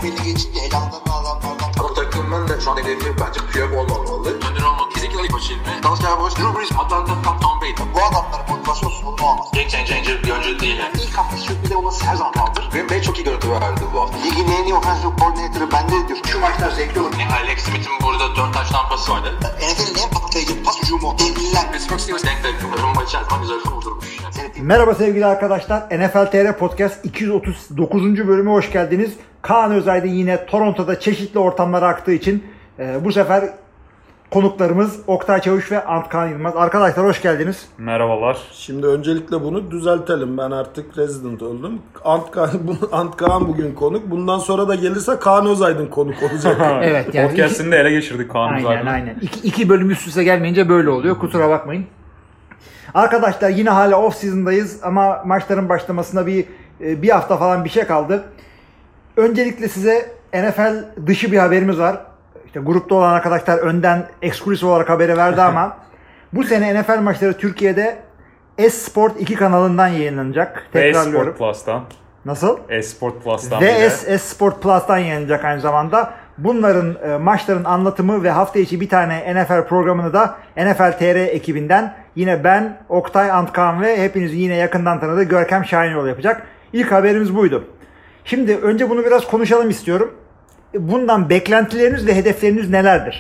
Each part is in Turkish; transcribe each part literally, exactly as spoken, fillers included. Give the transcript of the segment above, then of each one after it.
belli geçince elamdan adamlardan. Bu takımın da şu an hedefi bence Piyok olmamalı. Önder olmalı. Kesinlikle ilk başı ilmi. Dalsya Boş, Drew Brees, Atlanta, Tom Brady. Bu adamların motivasyon sorunu olmaz. Game changer bir oyuncu değil. Yani. İlk hafta sürpriz olması her zaman kaldır. Green Bay çok iyi görüntü verdi bu hafta. Ligin en iyi offensive coordinator'ı bende diyor. Şu maçlar zevkli olur. Yani Alex Smith'in burada dört taş tampası vardı. N F L'in en patlayıcı pas hücumu. Devliler. Pittsburgh Steelers denk denk. Rumba içerisinde güzel kurdurmuş. Merhaba sevgili arkadaşlar. N F L T R Podcast iki yüz otuz dokuzuncu bölüme hoş geldiniz. Kaan Özaydın yine Toronto'da çeşitli ortamlara aktığı için e, bu sefer konuklarımız Oktay Çavuş ve Antkan Yılmaz. Arkadaşlar hoş geldiniz. Merhabalar. Şimdi öncelikle bunu düzeltelim. Ben artık resident oldum. Antkan, Antkan bugün konuk. Bundan sonra da gelirse Kaan Özaydın konuk olacak. Evet yani. Podcast'ini de ele geçirdik Kaan Aynen Özaydın. aynen. İki, iki bölüm üst üste gelmeyince böyle oluyor. Kusura bakmayın. Arkadaşlar yine hala off season'dayız ama maçların başlamasına bir bir hafta falan bir şey kaldı. Öncelikle size N F L dışı bir haberimiz var. İşte grupta olan arkadaşlar önden eksklusif olarak haberi verdi ama bu sene N F L maçları Türkiye'de S-Sport iki kanalından yayınlanacak. Tekrarlıyorum. S-Sport Plus'tan. Nasıl? S-Sport Plus'tan. Ve S-Sport Plus'tan yayınlanacak aynı zamanda. Bunların e, maçların anlatımı ve hafta içi bir tane N F L programını da N F L T R ekibinden yine ben, Oktay, Antkan ve hepinizin yine yakından tanıdığı Görkem Şahinoğlu yapacak. İlk haberimiz buydu. Şimdi önce bunu biraz konuşalım istiyorum. Bundan beklentileriniz ve hedefleriniz nelerdir?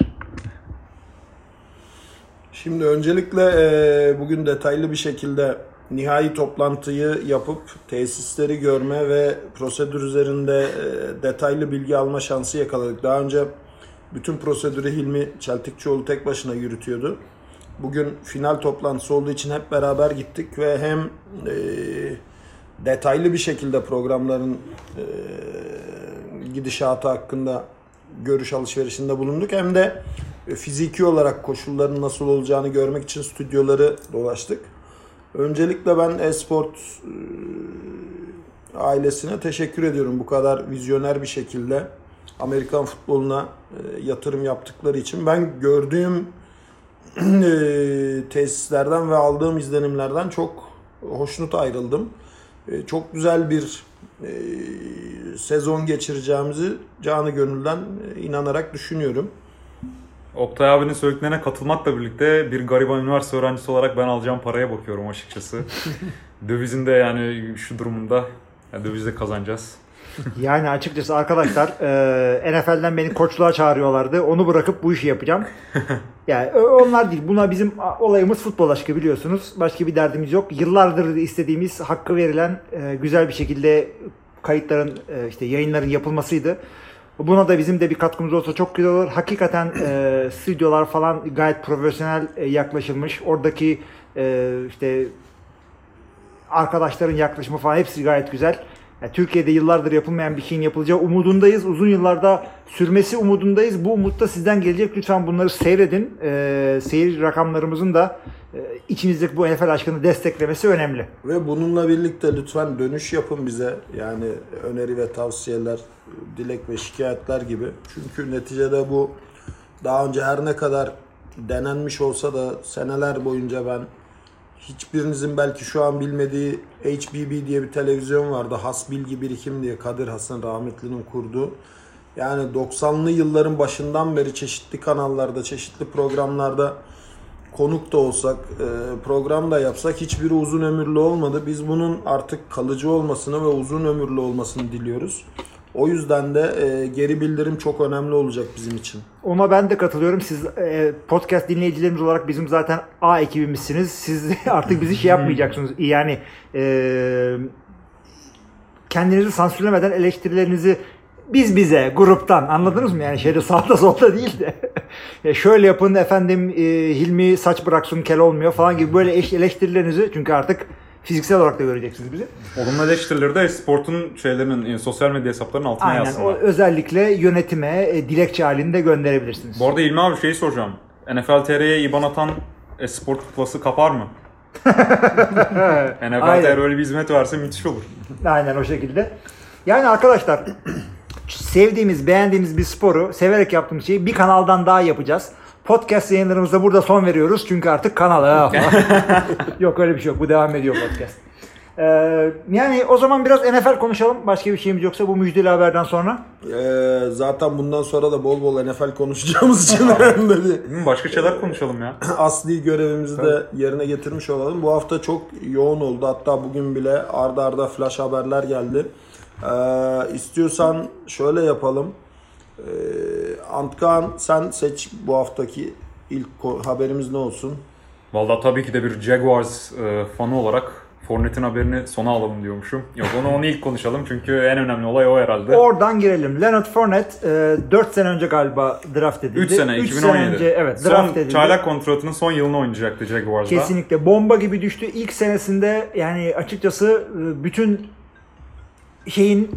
Şimdi öncelikle e, bugün detaylı bir şekilde nihai toplantıyı yapıp tesisleri görme ve prosedür üzerinde e, detaylı bilgi alma şansı yakaladık. Daha önce bütün prosedürü Hilmi Çeltikçioğlu tek başına yürütüyordu. Bugün final toplantısı olduğu için hep beraber gittik ve hem e, detaylı bir şekilde programların e, gidişatı hakkında görüş alışverişinde bulunduk. Hem de fiziki olarak koşulların nasıl olacağını görmek için stüdyoları dolaştık. Öncelikle ben Esport e, ailesine teşekkür ediyorum. Bu kadar vizyoner bir şekilde Amerikan futboluna e, yatırım yaptıkları için. Ben gördüğüm e, tesislerden ve aldığım izlenimlerden çok hoşnut ayrıldım. E, çok güzel bir e, sezon geçireceğimizi canı gönülden e, inanarak düşünüyorum. Oktay abinin söylediklerine katılmakla birlikte bir gariban üniversite öğrencisi olarak ben alacağım paraya bakıyorum açıkçası. Dövizinde yani şu durumunda yani dövizde kazanacağız. Yani açıkçası arkadaşlar e, N F L'den beni koçluğa çağırıyorlardı. Onu bırakıp bu işi yapacağım. Yani onlar değil. Buna bizim olayımız futbol aşkı biliyorsunuz. Başka bir derdimiz yok. Yıllardır istediğimiz hakkı verilen e, güzel bir şekilde kayıtların e, işte yayınların yapılmasıydı. Buna da bizim de bir katkımız olsa çok güzel olur. Hakikaten e, stüdyolar falan gayet profesyonel e, yaklaşılmış. Oradaki e, işte arkadaşların yaklaşımı falan hepsi gayet güzel. Yani Türkiye'de yıllardır yapılmayan bir şeyin yapılacağı umudundayız. Uzun yıllarda sürmesi umudundayız. Bu umut da sizden gelecek. Lütfen bunları seyredin. E, seyir rakamlarımızın da e, içinizdeki bu N F L aşkını desteklemesi önemli. Ve bununla birlikte lütfen dönüş yapın bize. Yani öneri ve tavsiyeler, dilek ve şikayetler gibi. Çünkü neticede bu daha önce her ne kadar denenmiş olsa da seneler boyunca ben hiçbirinizin belki şu an bilmediği H B B diye bir televizyon vardı. Has Bilgi Birikim diye Kadir Hasan rahmetlinin kurduğu. Yani doksanlı yılların başından beri çeşitli kanallarda, çeşitli programlarda konuk da olsak, program da yapsak hiçbiri uzun ömürlü olmadı. Biz bunun artık kalıcı olmasını ve uzun ömürlü olmasını diliyoruz. O yüzden de geri bildirim çok önemli olacak bizim için. Ona ben de katılıyorum. Siz podcast dinleyicilerimiz olarak bizim zaten A ekibimizsiniz. Siz artık bizi şey yapmayacaksınız. Yani e, kendinizi sansürlemeden eleştirilerinizi biz bize gruptan anladınız mı? Yani şeyde sağda solda değil de şöyle yapın efendim e, Hilmi saç bıraksın kel olmuyor falan gibi böyle eleştirilerinizi çünkü artık fiziksel olarak da göreceksiniz bizi. Olumlu eleştirileri de sportun şeylerinin yani sosyal medya hesaplarının altına Aynen, yazsınlar. Aynen. Özellikle yönetime e, dilekçe halinde gönderebilirsiniz. Bu arada İlmi abi şeyi soracağım. N F L T R'ye İban atan Esport Plus'ı kapar mı? N F L T R öyle bir hizmet verse müthiş olur. Aynen o şekilde. Yani arkadaşlar sevdiğimiz, beğendiğimiz bir sporu severek yaptığımız şeyi bir kanaldan daha yapacağız. Podcast yayınlarımıza burada son veriyoruz çünkü artık kanal. Yok öyle bir şey yok. Bu devam ediyor podcast. Ee, yani o zaman biraz N F L konuşalım. Başka bir şeyimiz yoksa bu müjdeli haberden sonra. Ee, zaten bundan sonra da bol bol N F L konuşacağımız için önemli değil. Başka şeyler konuşalım ya. Asli görevimizi de yerine getirmiş olalım. Bu hafta çok yoğun oldu. Hatta bugün bile arda arda flash haberler geldi. Ee, istiyorsan şöyle yapalım. Ee, Antkan sen seç bu haftaki ilk haberimiz ne olsun? Vallahi tabii ki de bir Jaguars e, fanı olarak Fournette'in haberini sona alalım diyormuşum. Yok onu onu ilk konuşalım çünkü en önemli olay o herhalde. Oradan girelim. Leonard Fournette e, dört sene önce galiba draft edildi. üç sene, üç iki bin on yedi. Sene önce, evet, son draft edildi. çaylak kontratının son yılını oynayacaktı Jaguars'da. Kesinlikle bomba gibi düştü. İlk senesinde yani açıkçası bütün şeyin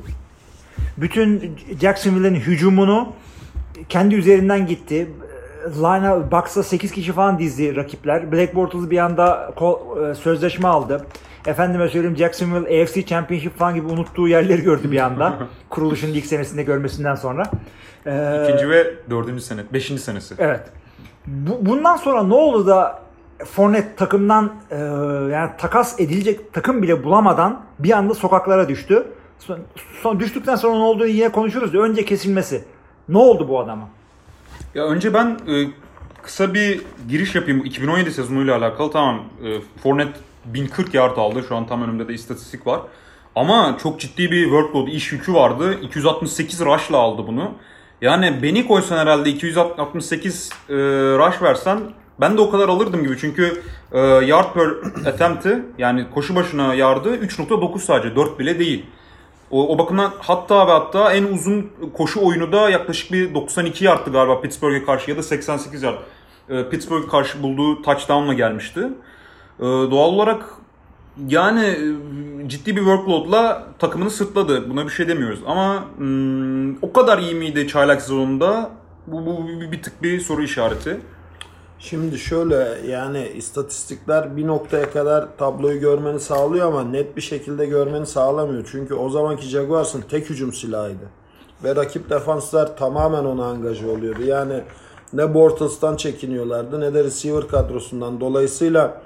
bütün Jacksonville'in hücumunu kendi üzerinden gitti. Line'a box'a sekiz kişi falan dizdi rakipler. Black Bortles bir anda sözleşme aldı. Efendime söyleyeyim Jacksonville A F C Championship falan gibi unuttuğu yerleri gördü bir anda. Kuruluşun ilk senesinde görmesinden sonra. Ee, İkinci ve dördüncü sene, beşinci senesi. Evet. Bu, bundan sonra ne oldu da Fournette takımdan e, yani takas edilecek takım bile bulamadan bir anda sokaklara düştü. Son, son düştükten sonra ne olduğunu yine konuşuruz. Önce kesilmesi. Ne oldu bu adama? Ya önce ben e, kısa bir giriş yapayım. iki bin on yedi sezonuyla alakalı. Tamam, e, Fournette bin kırk yard aldı. Şu an tam önümde de istatistik var. Ama çok ciddi bir workload, iş yükü vardı. iki yüz altmış sekiz rush'la aldı bunu. Yani beni koysan herhalde iki yüz altmış sekiz e, rush versen ben de o kadar alırdım gibi. Çünkü e, yard per attempt'i yani koşu başına yardı üç nokta dokuz sadece, dört bile değil. O, o bakımdan hatta ve hatta en uzun koşu oyunu da yaklaşık bir doksan iki yardtı galiba Pittsburgh'e karşı ya da seksen sekiz yard. E, Pittsburgh'e karşı bulduğu touchdown'la gelmişti. E, doğal olarak yani e, ciddi bir workload'la takımını sırtladı. Buna bir şey demiyoruz. Ama mm, o kadar iyi miydi çaylak sezonunda? Bu, bu bir, bir tık bir soru işareti. Şimdi şöyle yani istatistikler bir noktaya kadar tabloyu görmeni sağlıyor ama net bir şekilde görmeni sağlamıyor. Çünkü o zamanki Jaguars'ın tek hücum silahıydı. Ve rakip defanslar tamamen ona angaje oluyordu. Yani ne Bortles'tan çekiniyorlardı ne de receiver kadrosundan. Dolayısıyla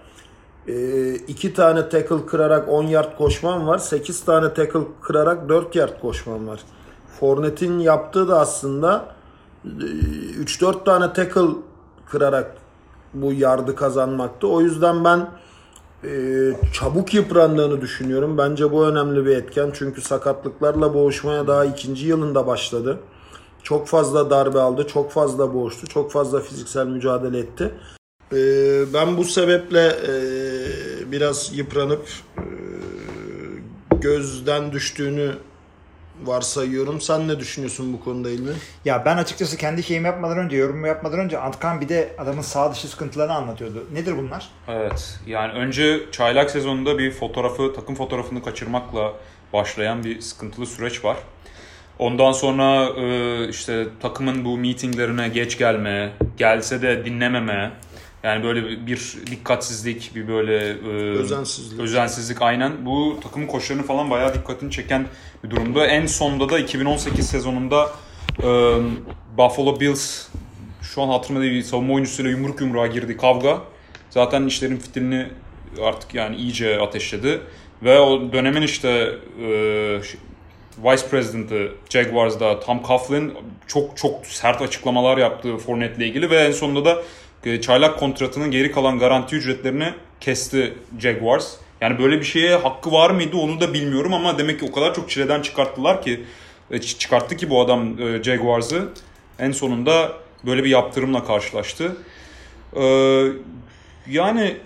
iki tane tackle kırarak on yard koşman var. sekiz tane tackle kırarak dört yard koşman var. Fournette'in yaptığı da aslında üç dört tane tackle kırarak bu yardı kazanmaktı. O yüzden ben e, çabuk yıprandığını düşünüyorum. Bence bu önemli bir etken. Çünkü sakatlıklarla boğuşmaya daha ikinci yılında başladı. Çok fazla darbe aldı, çok fazla boğuştu, çok fazla fiziksel mücadele etti. E, ben bu sebeple e, biraz yıpranıp e, gözden düştüğünü varsayıyorum. Sen ne düşünüyorsun bu konuda İlmi? Ya ben açıkçası kendi şeyimi yapmadan önce, yorumumu yapmadan önce Antkan bir de adamın sağ dışı sıkıntılarını anlatıyordu. Nedir bunlar? Evet. Yani önce çaylak sezonunda bir fotoğrafı, takım fotoğrafını kaçırmakla başlayan bir sıkıntılı süreç var. Ondan sonra işte takımın bu meetinglerine geç gelme, gelse de dinlememe, yani böyle bir dikkatsizlik, bir böyle özensizlik. özensizlik aynen. Bu takımın koçlarını falan bayağı dikkatini çeken bir durumda. En sonda da iki bin on sekiz sezonunda Buffalo Bills, şu an hatırımda değil, savunma oyuncusuyla yumruk yumruğa girdi kavga. Zaten işlerin fitilini artık yani iyice ateşledi. Ve o dönemin işte Vice President'ı Jaguars'da Tom Coughlin çok çok sert açıklamalar yaptı Fournette'le ilgili ve en sonunda da çaylak kontratının geri kalan garanti ücretlerini kesti Jaguars. Yani böyle bir şeye hakkı var mıydı onu da bilmiyorum ama demek ki o kadar çok çileden çıkarttılar ki çıkarttı ki bu adam Jaguars'ı. En sonunda böyle bir yaptırımla karşılaştı. Ee, yani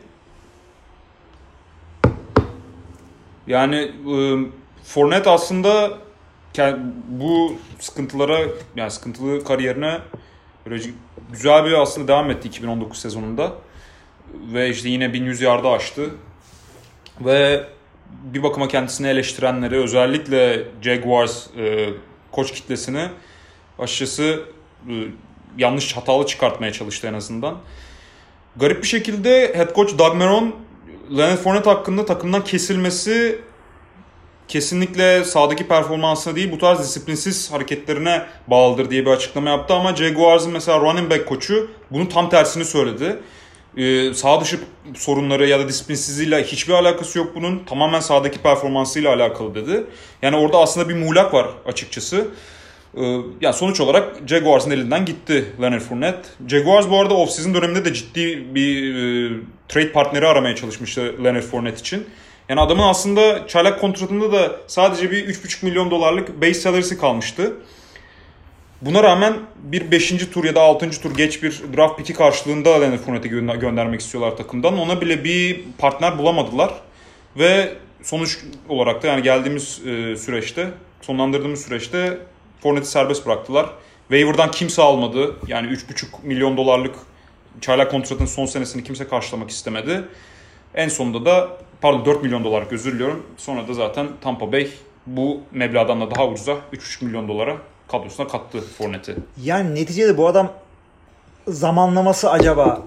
yani e, Fournette aslında bu sıkıntılara yani sıkıntılı kariyerine böyle güzel bir aslında devam etti iki bin on dokuz sezonunda. Ve işte yine bin yüz yardı aştı. Ve bir bakıma kendisini eleştirenleri özellikle Jaguars e, koç kitlesini açıkçası e, yanlış hatalı çıkartmaya çalıştı en azından. Garip bir şekilde head coach Doug Marrone Leonard Fournette hakkında takımdan kesilmesi kesinlikle sahadaki performansına değil bu tarz disiplinsiz hareketlerine bağlıdır diye bir açıklama yaptı ama Jaguars'ın mesela running back koçu bunun tam tersini söyledi. Ee, sağ dışı sorunları ya da disiplinsizliğiyle hiçbir alakası yok bunun. Tamamen sahadaki performansıyla alakalı dedi. Yani orada aslında bir muğlak var açıkçası. Ee, yani sonuç olarak Jaguars'ın elinden gitti Leonard Fournette. Jaguars bu arada off-season döneminde de ciddi bir e, trade partneri aramaya çalışmıştı Leonard Fournette için. Yani adamın aslında çaylak kontratında da sadece bir üç buçuk milyon dolarlık base salary'si kalmıştı. Buna rağmen bir beşinci tur ya da altıncı tur geç bir draft pick'i karşılığında Leonard Fournette'i gö- göndermek istiyorlar takımdan. Ona bile bir partner bulamadılar. Ve sonuç olarak da yani geldiğimiz e, süreçte, sonlandırdığımız süreçte Fournette'i serbest bıraktılar. Waiver'dan kimse almadı. Yani üç buçuk milyon dolarlık çaylak kontratının son senesini kimse karşılamak istemedi. En sonunda da pardon dört milyon dolarlık özür diliyorum. Sonra da zaten Tampa Bay bu meblağdan da daha ucuza üç buçuk milyon dolara kadrosuna kattı Fournette'i. Yani neticede bu adam zamanlaması acaba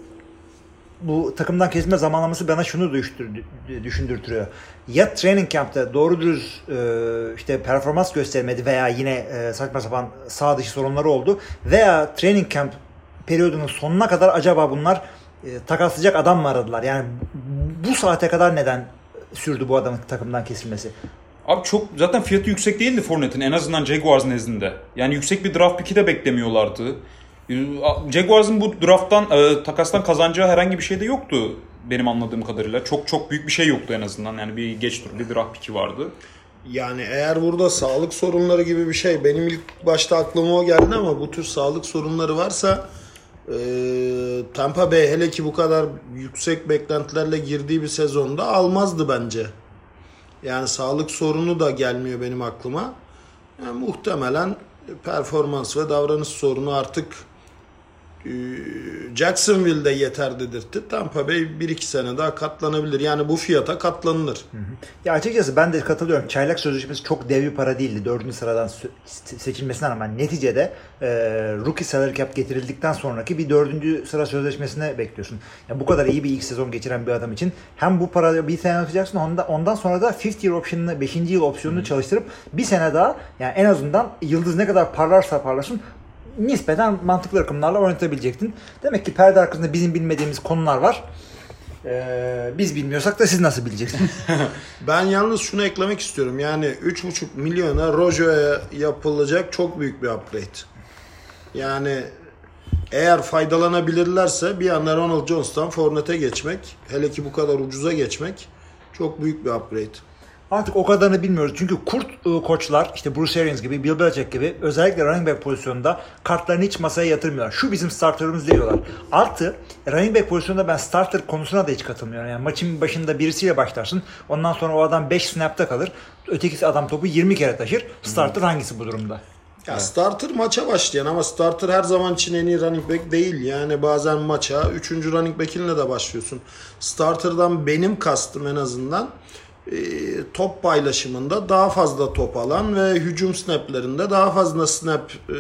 bu takımdan kesilme zamanlaması bana şunu düşündürtüyor. Ya training camp'ta doğru dürüst e, işte performans göstermedi veya yine e, saçma sapan sağ dışı sorunları oldu veya training camp periyodunun sonuna kadar acaba bunlar e, takaslayacak adam mı aradılar? Yani bu saate kadar neden sürdü bu adamın takımdan kesilmesi? Abi çok zaten fiyatı yüksek değildi Fournette'in en azından Jaguars nezdinde. Yani yüksek bir draft pick'i de beklemiyorlardı. Jaguars'ın bu drafttan, e, takastan kazanacağı herhangi bir şey de yoktu benim anladığım kadarıyla. Çok çok büyük bir şey yoktu en azından. Yani bir geç tur bir draft pick'i vardı. Yani eğer burada sağlık sorunları gibi bir şey, benim ilk başta aklıma o geldi ama bu tür sağlık sorunları varsa e, Tampa Bay hele ki bu kadar yüksek beklentilerle girdiği bir sezonda almazdı bence. Yani sağlık sorunu da gelmiyor benim aklıma. Yani muhtemelen performans ve davranış sorunu artık Jacksonville'de yeter dedirtti. Tampa Bay bir iki sene daha katlanabilir. Yani bu fiyata katlanılır. Hı hı. Ya açıkçası ben de katılıyorum. Çaylak sözleşmesi çok dev bir para değildi. Dördüncü sıradan seçilmesine rağmen neticede e, rookie salary cap getirildikten sonraki bir dördüncü sıra sözleşmesine bekliyorsun. Yani bu kadar iyi bir ilk sezon geçiren bir adam için hem bu parayı bir sene atacaksın ondan, ondan sonra da fifth year option'ını beşinci yıl opsiyonunu hı. çalıştırıp bir sene daha yani en azından yıldız ne kadar parlarsa parlasın nispeten mantıklı rakamlarla oynatabilecektin. Demek ki perde arkasında bizim bilmediğimiz konular var. Ee, biz bilmiyorsak da siz nasıl bileceksiniz? Ben yalnız şunu eklemek istiyorum. Yani üç buçuk milyona Rojo'ya yapılacak çok büyük bir upgrade. Yani eğer faydalanabilirlerse bir anda Ronald Jones'tan Fournette'e geçmek, hele ki bu kadar ucuza geçmek çok büyük bir upgrade. Artık o kadarını bilmiyoruz. Çünkü kurt ıı, koçlar işte Bruce Arians gibi, Bill Belichick gibi özellikle running back pozisyonunda kartlarını hiç masaya yatırmıyorlar. Şu bizim starterımız diyorlar. Artı running back pozisyonunda ben starter konusuna da hiç katılmıyorum. Yani maçın başında birisiyle başlarsın. Ondan sonra o adam beş snap'ta kalır. Ötekisi adam topu yirmi kere taşır. Starter hmm. hangisi bu durumda? Ya evet. Starter maça başlayan ama starter her zaman için en iyi running back değil. Yani bazen maça üçüncü running back'inle de başlıyorsun. Starter'dan benim kastım en azından E, top paylaşımında daha fazla top alan ve hücum snaplerinde daha fazla snap e,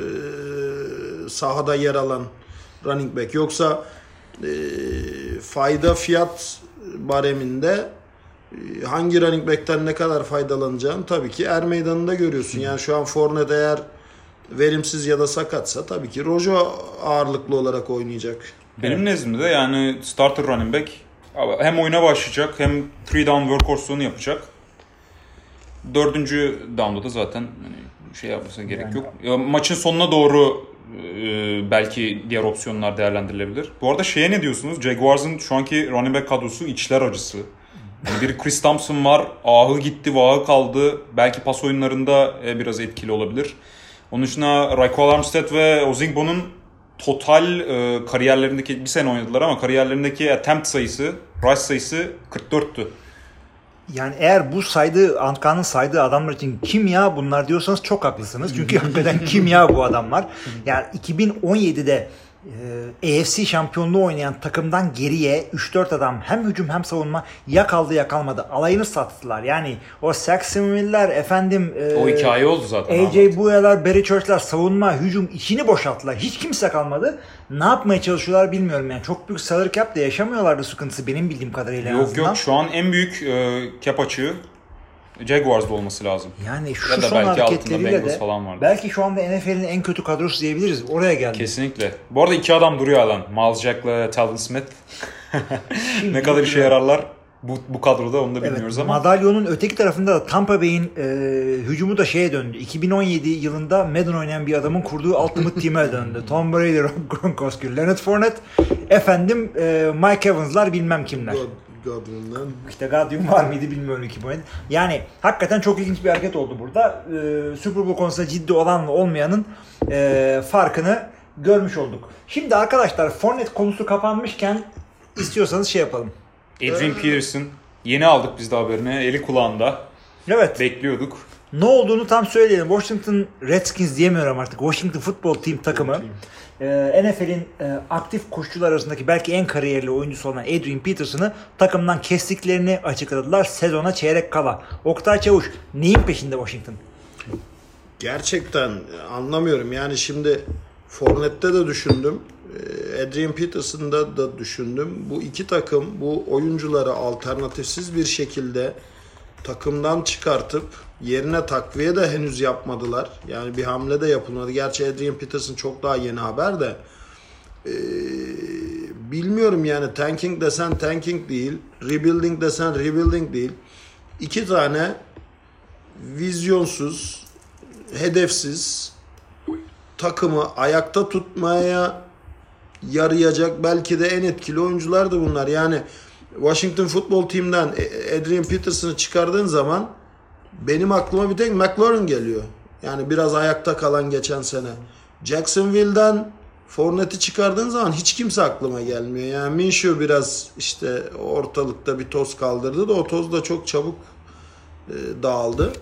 sahada yer alan running back. Yoksa e, fayda fiyat bareminde e, hangi running back'ten ne kadar faydalanacağını tabii ki er meydanında görüyorsun. Yani şu an Fournette eğer verimsiz ya da sakatsa tabii ki Rojo ağırlıklı olarak oynayacak. Benim evet. nezdimde yani starter running back hem oyuna başlayacak hem three down workhorse'luğunu yapacak. Dördüncü down'da da zaten hani şey yapmasına gerek yani. yok. Ya, maçın sonuna doğru e, belki diğer opsiyonlar değerlendirilebilir. Bu arada şeye ne diyorsunuz? Jaguars'ın şu anki running back kadrosu içler acısı. Yani bir Chris Thompson var. Ahı gitti, vahı kaldı. Belki pas oyunlarında e, biraz etkili olabilir. Onun dışında Raquel Armstead ve Ozigbo'nun total e, kariyerlerindeki bir sene oynadılar ama kariyerlerindeki attempt sayısı, rush sayısı kırk dörttü. Yani eğer bu saydığı, Antkan'ın saydığı adamlar için kim ya bunlar diyorsanız çok haklısınız. Çünkü hakikaten kim ya bu adamlar. Yani iki bin on yedide e, A F C şampiyonluğu oynayan takımdan geriye üç dört adam hem hücum hem savunma ya kaldı ya kalmadı. Alayını sattılar. Yani o Saxonville'ler efendim e, o hikaye oldu zaten. A J Bouye'ler, Barry Church'lar savunma, hücum işini boşalttılar. Hiç kimse kalmadı. Ne yapmaya çalışıyorlar bilmiyorum yani. Çok büyük salary cap'te yaşamıyorlardı sıkıntısı benim bildiğim kadarıyla. Yok yok şu an en büyük e, cap açığı Jaguars'da olması lazım. Yani şu Ya da son belki altında hareketleriyle Bengals de falan vardı. belki şu anda N F L'in en kötü kadrosu diyebiliriz. Oraya geldi. Kesinlikle. Bu arada iki adam duruyor alan. Miles Jack'la Talvin Smith. Ne kadar işe yararlar bu, bu kadroda onu da bilmiyoruz Evet, ama. madalyonun öteki tarafında da Tampa Bay'in e, hücumu da şeye döndü. iki bin on yedi yılında Madden oynayan bir adamın kurduğu Ultimate Team'e döndü. Tom Brady, Rob Gronkowski, Leonard Fournette, efendim e, Mike Evans'lar bilmem kimler. God, Godwin'den. İşte Godwin var mıydı bilmiyorum iki bin on yedi. Yani hakikaten çok ilginç bir hareket oldu burada. E, Super Bowl konusunda ciddi olanla olmayanın e, farkını görmüş olduk. Şimdi arkadaşlar Fournette konusu kapanmışken istiyorsanız şey yapalım. Adrian Peterson yeni aldık biz de haberini. Eli kulağında. Evet. Bekliyorduk. Ne olduğunu tam söyleyelim. Washington Redskins diyemiyorum artık. Washington Football Team takımı. Ee, N F L'in e, aktif koşucular arasındaki belki en kariyerli oyuncusu olan Adrian Peterson'ı takımdan kestiklerini açıkladılar. Sezona çeyrek kala. Oktay Çavuş neyin peşinde Washington? Gerçekten anlamıyorum. Yani şimdi Fournette'de de düşündüm. Adrian Peterson'da da düşündüm. Bu iki takım bu oyuncuları alternatifsiz bir şekilde takımdan çıkartıp yerine takviye de henüz yapmadılar. Yani bir hamle de yapılmadı. Gerçi Adrian Peterson çok daha yeni haber de. Ee, bilmiyorum yani tanking desen tanking değil. Rebuilding desen rebuilding değil. İki tane vizyonsuz, hedefsiz takımı ayakta tutmaya yarayacak belki de en etkili oyuncular da bunlar. Yani Washington Football Team'den Adrian Peterson'ı çıkardığın zaman benim aklıma bir tek McLaurin geliyor. Yani biraz ayakta kalan geçen sene. Jacksonville'den Fournette'i çıkardığın zaman hiç kimse aklıma gelmiyor. Yani Minshew biraz işte ortalıkta bir toz kaldırdı da o toz da çok çabuk e, dağıldı.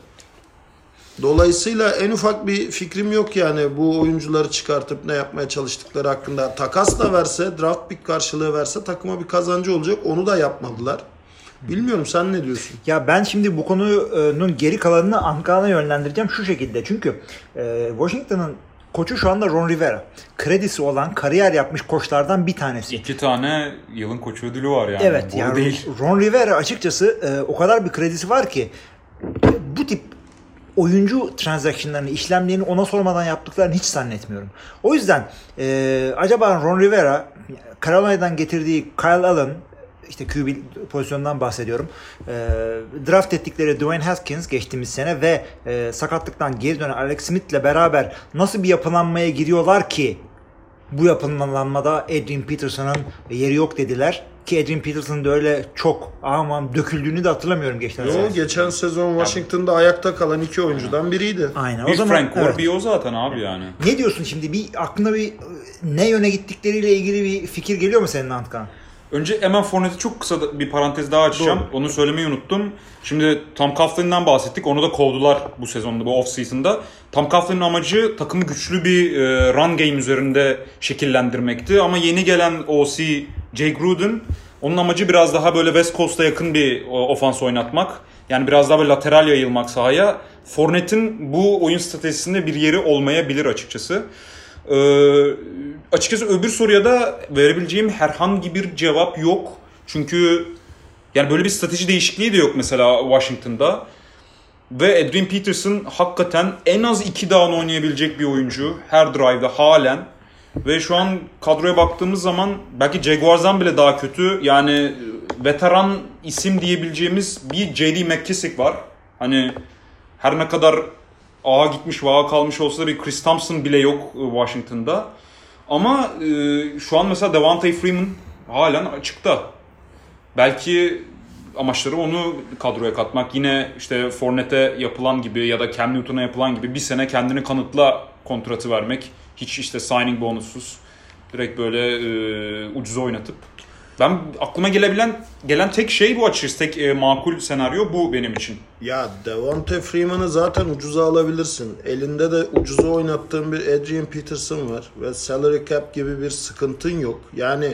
Dolayısıyla en ufak bir fikrim yok yani bu oyuncuları çıkartıp ne yapmaya çalıştıkları hakkında. Takas da verse, draft pick karşılığı verse takıma bir kazancı olacak. Onu da yapmadılar. Bilmiyorum, sen ne diyorsun? Ya ben şimdi bu konunun geri kalanını Ankara'na yönlendireceğim şu şekilde. Çünkü e, Washington'ın koçu şu anda Ron Rivera. Kredisi olan, kariyer yapmış koçlardan bir tanesi. İki tane yılın koçu ödülü var yani. Evet, Boru yani değil. Ron Rivera açıkçası e, o kadar bir kredisi var ki bu tip oyuncu transactionlarını, işlemlerini ona sormadan yaptıklarını hiç zannetmiyorum. O yüzden e, acaba Ron Rivera Carolina'dan getirdiği Kyle Allen, işte Q B pozisyonundan bahsediyorum. E, draft ettikleri Dwayne Haskins geçtiğimiz sene ve e, sakatlıktan geri dönen Alex Smith'le beraber nasıl bir yapılanmaya giriyorlar ki bu yapılanmada Adrian Peterson'ın yeri yok dediler. Ki Adrian Peterson'ın da öyle çok aman döküldüğünü de hatırlamıyorum geçen sene. Yo, geçen sezon Washington'da ayakta kalan iki oyuncudan biriydi. Aynen. Bir o zaman Frank Gore, evet. bir o zaten abi yani. Ne diyorsun şimdi? Bir aklına bir ne yöne gittikleriyle ilgili bir fikir geliyor mu senin Antkan? Önce hemen Fournette'i çok kısa da bir parantez daha açacağım. Doğru. Onu söylemeyi unuttum. Şimdi Tom Coughlin'den bahsettik. Onu da kovdular bu sezonda, bu off-season'da. Tom Coughlin'in amacı takımı güçlü bir e, run game üzerinde şekillendirmekti. Ama yeni gelen O C Jay Gruden, onun amacı biraz daha böyle West Coast'a yakın bir ofans oynatmak. Yani biraz daha böyle lateral yayılmak sahaya. Fournette'in bu oyun stratejisinde bir yeri olmayabilir açıkçası. Ee, açıkçası öbür soruya da verebileceğim herhangi bir cevap yok. Çünkü yani böyle bir strateji değişikliği de yok mesela Washington'da. Ve Adrian Peterson hakikaten en az iki down oynayabilecek bir oyuncu. Her drive'da halen. Ve şu an kadroya baktığımız zaman belki Jaguars'dan bile daha kötü. Yani veteran isim diyebileceğimiz bir J D McKissick var. Hani her ne kadar ağa gitmiş vağa kalmış olsa da bir Chris Thompson bile yok Washington'da. Ama e, şu an mesela Devontae Freeman halen açıkta. Belki amaçları onu kadroya katmak. Yine işte Fournette'e yapılan gibi ya da Cam Newton'a yapılan gibi bir sene kendini kanıtla kontratı vermek. Hiç işte signing bonussuz. Direkt böyle e, ucuza oynatıp. Ben aklıma gelebilen gelen tek şey bu açıkçası. Tek e, makul senaryo bu benim için. Ya Devontae Freeman'ı zaten ucuza alabilirsin. Elinde de ucuza oynattığın bir Adrian Peterson var. Ve salary cap gibi bir sıkıntın yok. Yani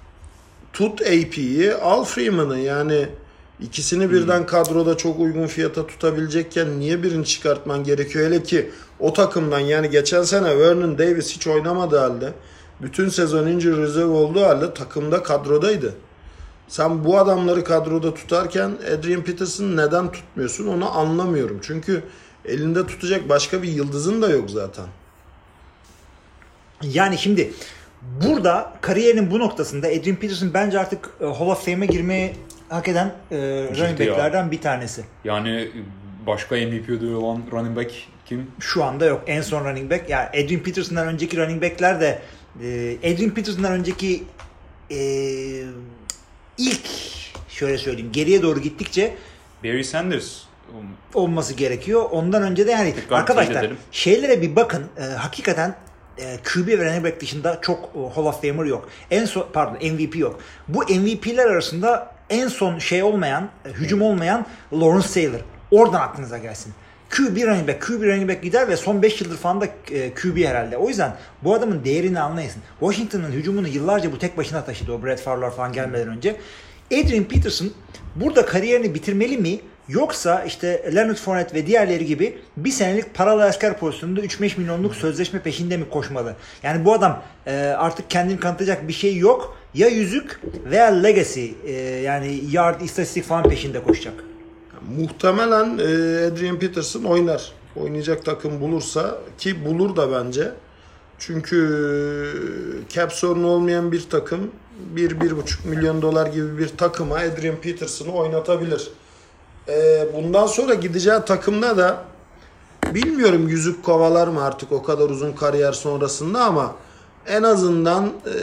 tut A P'yi, al Freeman'ı. Yani ikisini birden kadroda çok uygun fiyata tutabilecekken niye birini çıkartman gerekiyor? Hele ki o takımdan, yani geçen sene Vernon Davis hiç oynamadığı halde, bütün sezon injury reserve olduğu halde takımda, kadrodaydı. Sen bu adamları kadroda tutarken Adrian Peterson'ı neden tutmuyorsun onu anlamıyorum. Çünkü elinde tutacak başka bir yıldızın da yok zaten. Yani şimdi burada kariyerinin bu noktasında Adrian Peterson bence artık e, Hall of Fame'e girmeyi hak eden e, running back'lerden bir tanesi. Yani başka M V P ödülü olan running back kim? Şu anda yok. En son running back. Yani Adrian Peterson'dan önceki running back'ler de e, Adrian Peterson'dan önceki e, ilk şöyle söyleyeyim geriye doğru gittikçe Barry Sanders olması gerekiyor. Ondan önce de yani Tekrar arkadaşlar şeylere bir bakın. E, hakikaten e, Q B ve running back dışında çok e, Hall of Famer yok. En son pardon M V P yok. Bu M V P'ler arasında en son şey olmayan, e, hücum olmayan Lawrence Taylor. Oradan aklınıza gelsin. Q B running back, Q B running back gider ve son beş yıldır falan da e, Q B herhalde. O yüzden bu adamın değerini anlayın. Washington'ın hücumunu yıllarca bu tek başına taşıdı o Brett Favre'lar falan gelmeden önce. Adrian Peterson burada kariyerini bitirmeli mi? Yoksa işte Leonard Fournette ve diğerleri gibi bir senelik paralı asker pozisyonunda üç beş milyonluk sözleşme peşinde mi koşmalı? Yani bu adam e, artık kendini kanıtlayacak bir şey yok. Ya yüzük veya legacy e, yani yard, istatistik falan peşinde koşacak. Muhtemelen e, Adrian Peterson oynar. Oynayacak takım bulursa ki bulur da bence. Çünkü cap sorunu olmayan bir takım bir bir buçuk milyon dolar gibi bir takıma Adrian Peterson'ı oynatabilir. E, bundan sonra gideceği takımda da bilmiyorum yüzük kovalar mı artık o kadar uzun kariyer sonrasında ama en azından e,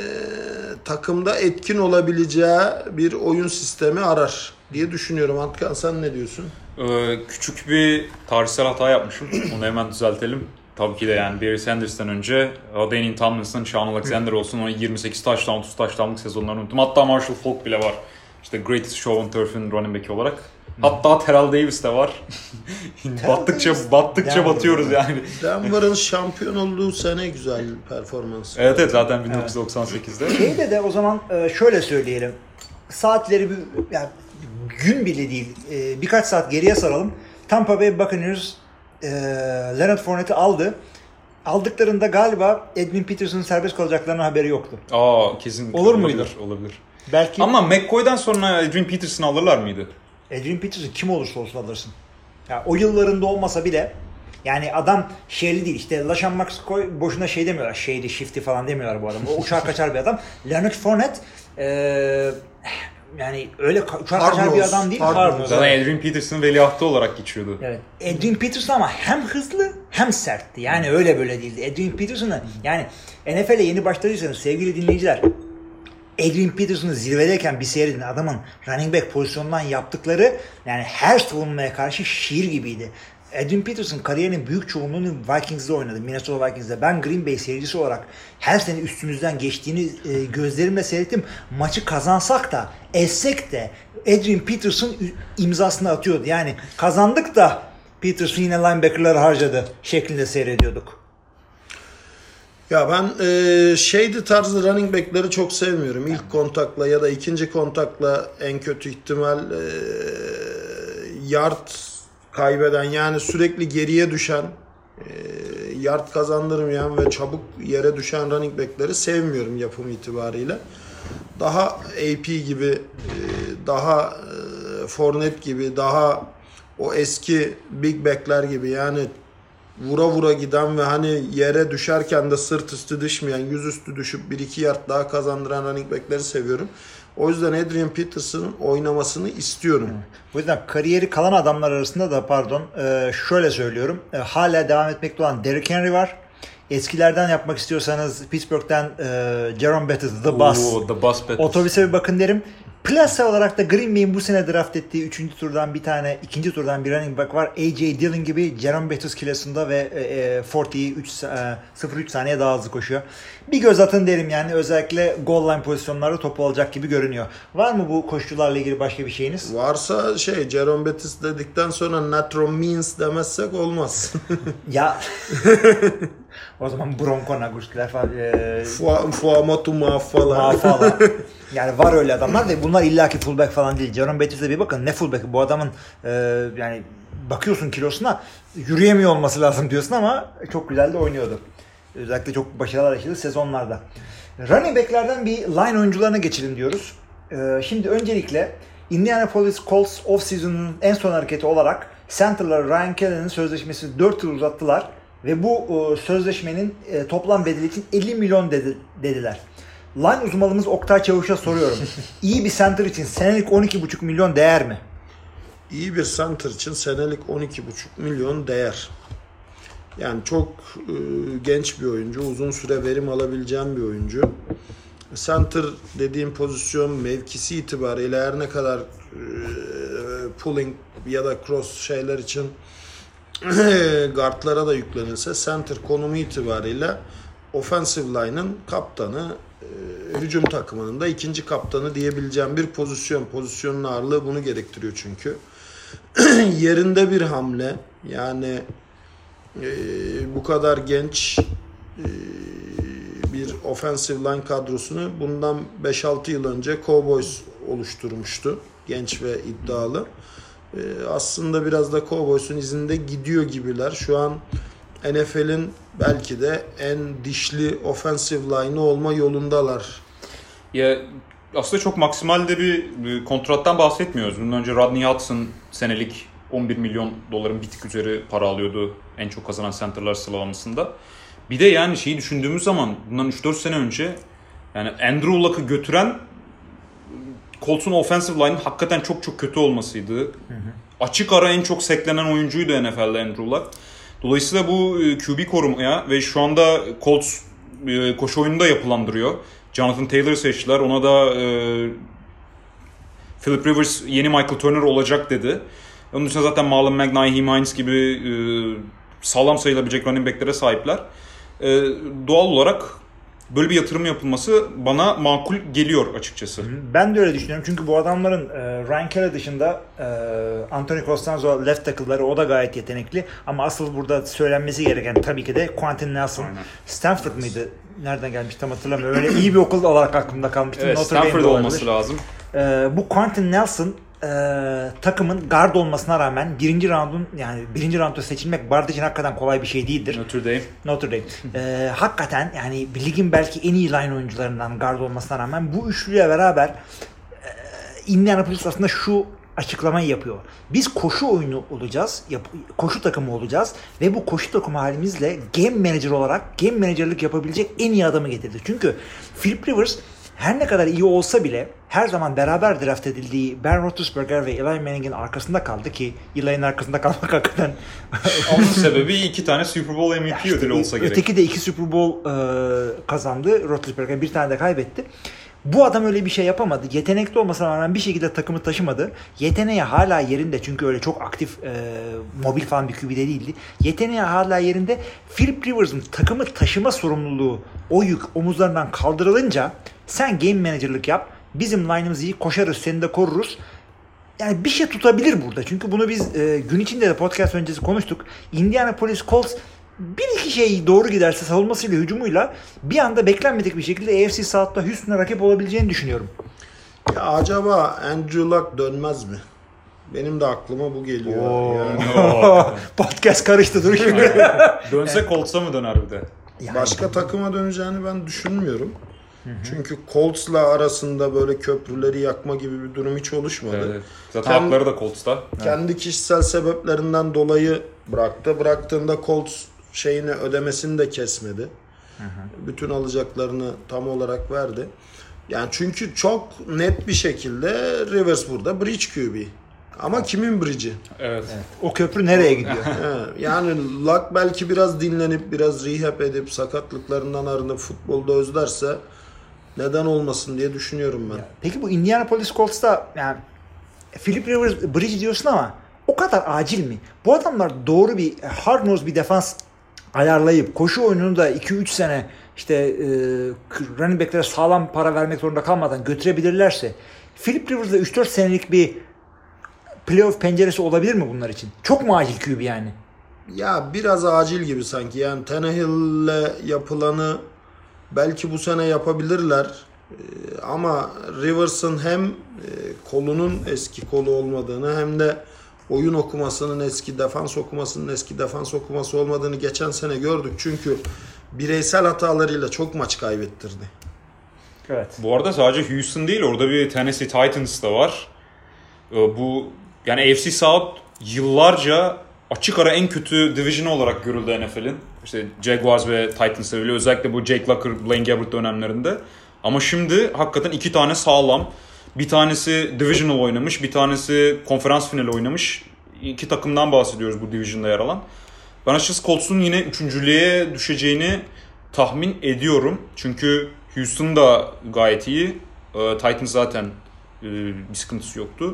takımda etkin olabileceği bir oyun sistemi arar diye düşünüyorum. Antkan sen ne diyorsun? Ee, küçük bir tarihsel hata yapmışım. Onu hemen düzeltelim. Tabii ki de yani Barry Sanders'tan önce Daniel Tomlinson, Sean Alexander olsun o yirmi sekiz touchdown, otuz touchdown'lık sezonlarını unuttum. Hatta Marshall Faulk bile var. İşte Greatest Show on Turf'ün running back'i olarak. Hatta Terrell Davis de var. battıkça battıkça Denver. batıyoruz yani. Denver'ın şampiyon olduğu sene güzel performans. Evet evet zaten bin dokuz yüz doksan sekizde. Evet. Şeyde de o zaman şöyle söyleyelim. Saatleri bir yani gün bile değil birkaç saat geriye saralım. Tampa Bay Buccaneers e, Leonard Fournette'i aldı. Aldıklarında galiba Adrian Peterson'ın serbest kalacaklarının haberi yoktu. Aa kesin. Olur olabilir, muydu? Olabilir. Belki. Ama McCoy'dan sonra Adrian Peterson'ı alırlar mıydı? Adrian Peterson kim olursa olsun alırsın. Ya, o yıllarında olmasa bile yani adam şeyli değil işte LaShawn McCoy boşuna şey demiyorlar. Şeyli, shifty falan demiyorlar bu adam. O uçağa kaçar bir adam. Leonard Fournette ee, yani öyle uçağa kaçar bir adam değil. Zaten Adrian Peterson'ın veliahtı olarak geçiyordu. Evet. Adrian Peterson ama hem hızlı hem sertti. Yani öyle böyle değildi. Adrian Peterson'ı yani N F L'e yeni başladıysanız sevgili dinleyiciler Adrian Peterson'ı zirvedeyken bir seyredin. Adamın running back pozisyonundan yaptıkları yani her savunmaya karşı şiir gibiydi. Adrian Peterson kariyerinin büyük çoğunluğunu Vikings'de oynadı. Minnesota Vikings'de. Ben Green Bay seyircisi olarak her sene üstümüzden geçtiğini e, gözlerimle seyrettim. Maçı kazansak da essek de Adrian Peterson imzasını atıyordu. Yani kazandık da Peterson yine linebacker'ları harcadı şeklinde seyrediyorduk. Ya ben e, şeydi tarzı running back'leri çok sevmiyorum. İlk kontakla ya da ikinci kontakla en kötü ihtimal e, yard kaybeden yani sürekli geriye düşen e, yard kazandırmayan ve çabuk yere düşen running back'leri sevmiyorum yapım itibariyle. Daha A P gibi e, daha e, Fournette gibi daha o eski big back'ler gibi yani vura vura giden ve hani yere düşerken de sırt üstü düşmeyen, yüzüstü düşüp bir iki yard daha kazandıran running back'leri seviyorum. O yüzden Adrian Peterson'ın oynamasını istiyorum. Bu yüzden kariyeri kalan adamlar arasında da pardon şöyle söylüyorum. Hala devam etmekte olan Derrick Henry var. Eskilerden yapmak istiyorsanız Pittsburgh'ten Jerome Bettis, The Bus. Oo, The Bus Bettis. Otobüse bir bakın derim. Plasa olarak da Green Bay'in bu sene draft ettiği üçüncü turdan bir tane, ikinci turdan bir running back var. A J Dillon gibi Jerome Bettis kilosunda ve e, kırk'ı sıfır üç saniye daha hızlı koşuyor. Bir göz atın derim yani özellikle goal line pozisyonlarda topu alacak gibi görünüyor. Var mı bu koşucularla ilgili başka bir şeyiniz? Varsa şey Jerome Bettis dedikten sonra Natron Means demezsek olmaz. Ya o zaman Bronco Nagurskiler falan. E, Fuamatu Mafala. Mafala. Yani var öyle adamlar ve bunlar illaki fullback falan değil. Jerome Bettis'e bir bakın ne fullback bu adamın e, yani bakıyorsun kilosuna yürüyemiyor olması lazım diyorsun ama çok güzel de oynuyordu. Özellikle çok başarılar yaşadı sezonlarda. Running back'lerden bir line oyuncularına geçelim diyoruz. Ee, şimdi öncelikle Indianapolis Colts off-season'ın en son hareketi olarak center'lar Ryan Kelly'nin sözleşmesini dört yıl uzattılar ve bu e, sözleşmenin e, toplam bedeli için elli milyon dedi, dediler. Line uzmanımız Oktay Çavuş'a soruyorum. İyi bir center için senelik on iki buçuk milyon değer mi? İyi bir center için senelik on iki buçuk milyon değer. Yani çok e, genç bir oyuncu, uzun süre verim alabileceğim bir oyuncu. Center dediğim pozisyon mevkisi itibariyle her ne kadar e, pulling ya da cross şeyler için guardlara da yüklenilse center konumu itibariyle offensive line'ın kaptanı, e, hücum takımının da ikinci kaptanı diyebileceğim bir pozisyon. Pozisyonun ağırlığı bunu gerektiriyor çünkü. Yerinde bir hamle. Yani e, bu kadar genç e, bir offensive line kadrosunu bundan beş altı yıl önce Cowboys oluşturmuştu. Genç ve iddialı. E, aslında biraz da Cowboys'un izinde gidiyor gibiler. Şu an N F L'in belki de en dişli offensive line'ı olma yolundalar. Ya aslında çok maksimalde bir, bir kontrattan bahsetmiyoruz. Bundan önce Rodney Hudson senelik on bir milyon doların bir tık üzeri para alıyordu en çok kazanan center'lar sıralamasında. Bir de yani şeyi düşündüğümüz zaman bundan üç dört sene önce yani Andrew Luck'ı götüren Colts'un offensive line'ın hakikaten çok çok kötü olmasıydı. Hı hı. Açık ara en çok seklenen oyuncuydu N F L'de Andrew Luck. Dolayısıyla bu Q B korumaya ve şu anda Colts koşu oyununu da yapılandırıyor. Jonathan Taylor'ı seçtiler. Ona da e, Philip Rivers yeni Michael Turner olacak dedi. Onun dışında zaten Marlon Mack, Nyheim Hines gibi e, sağlam sayılabilecek running back'lere sahipler. E, doğal olarak böyle bir yatırım yapılması bana makul geliyor açıkçası. Ben de öyle düşünüyorum. Çünkü bu adamların e, Ryan Kelly dışında e, Anthony Costanzo left tackle'ları, o da gayet yetenekli. Ama asıl burada söylenmesi gereken tabii ki de Quentin Nelson. Aynen. Stanford evet. mıydı? Nereden gelmiş tam hatırlamıyorum. Öyle iyi bir okul olarak aklımda kalmıştı. Evet, Stanford olması lazım. E, bu Quentin Nelson e, takımın guard olmasına rağmen birinci roundun yani birinci roundda seçilmek guard için hakikaten kolay bir şey değildir. Notre Dame. Notre Dame. e, hakikaten yani ligin belki en iyi line oyuncularından guard olmasına rağmen bu üçlüyle beraber e, Indianapolis aslında şu açıklamayı yapıyor. Biz koşu oyunu olacağız, yap, koşu takımı olacağız ve bu koşu takımı halimizle game manager olarak game managerlık yapabilecek en iyi adamı getirdi. Çünkü Philip Rivers her ne kadar iyi olsa bile her zaman beraber draft edildiği Ben Roethlisberger ve Eli Manning'in arkasında kaldı ki Eli'nin arkasında kalmak hakikaten onun sebebi iki tane Super Bowl M V P işte ödülü olsa gerek. Öteki de iki Super Bowl e, kazandı. Roethlisberger bir tane de kaybetti. Bu adam öyle bir şey yapamadı. Yetenekli olmasına rağmen bir şekilde takımı taşımadı. Yeteneği hala yerinde çünkü öyle çok aktif, e, mobil falan bir Q B'de değildi. Yeteneği hala yerinde. Philip Rivers'ın takımı taşıma sorumluluğu o yük omuzlarından kaldırılınca sen game manager'lık yap. Bizim line'ımız iyi, koşarız, seni de koruruz. Yani bir şey tutabilir burada. Çünkü bunu biz e, gün içinde de podcast öncesi konuştuk. Indianapolis Colts bir iki şey doğru giderse savunmasıyla, hücumuyla bir anda beklenmedik bir şekilde A F C South'ta Houston'a rakip olabileceğini düşünüyorum. Ya acaba Andrew Luck dönmez mi? Benim de aklıma bu geliyor. Oo. Yani. Podcast karıştı dur şimdi. Dönse Colts'a mı döner bir de? Yani. Başka takıma döneceğini ben düşünmüyorum. Hı hı. Çünkü Colts'la arasında böyle köprüleri yakma gibi bir durum hiç oluşmadı. Evet. Zaten Kend, hakları da Colts'ta. Kendi evet. kişisel sebeplerinden dolayı bıraktı. Bıraktığında Colts şeyini ödemesini de kesmedi. Hı hı. Bütün alacaklarını tam olarak verdi. Yani çünkü çok net bir şekilde Rivers burada bridge Q B. Ama kimin bridge'i? Evet. evet. O köprü nereye gidiyor? Yani Luck belki biraz dinlenip biraz rehab edip sakatlıklarından arınıp futbolda özlerse neden olmasın diye düşünüyorum ben. Peki bu Indianapolis Colts'ta yani Philip Rivers bridge diyorsun ama o kadar acil mi? Bu adamlar doğru bir hard nose bir defans ayarlayıp koşu oyununu da iki üç sene işte e, running back'lere sağlam para vermek zorunda kalmadan götürebilirlerse Philip Rivers'da üç dört senelik bir playoff penceresi olabilir mi bunlar için? Çok mu acil Q B yani? Ya biraz acil gibi sanki. Yani Tannehill'le yapılanı belki bu sene yapabilirler. Ee, ama Rivers'ın hem e, kolunun eski kolu olmadığını hem de oyun okumasının eski defans okumasının eski defans okuması olmadığını geçen sene gördük. Çünkü bireysel hatalarıyla çok maç kaybettirdi. Evet. Bu arada sadece Houston değil, orada bir Tennessee Titans da var. Bu yani A F C South yıllarca açık ara en kötü division olarak görüldü N F L'in. İşte Jaguars ve Titans öyle, özellikle bu Jake Locker, Blaine Gabbert dönemlerinde. Ama şimdi hakikaten iki tane sağlam. Bir tanesi divisional oynamış, bir tanesi konferans finali oynamış. İki takımdan bahsediyoruz bu division'da yer alan. Ben açıkçası Colts'un yine üçüncülüğe düşeceğini tahmin ediyorum. Çünkü Houston da gayet iyi. Titans zaten bir sıkıntısı yoktu.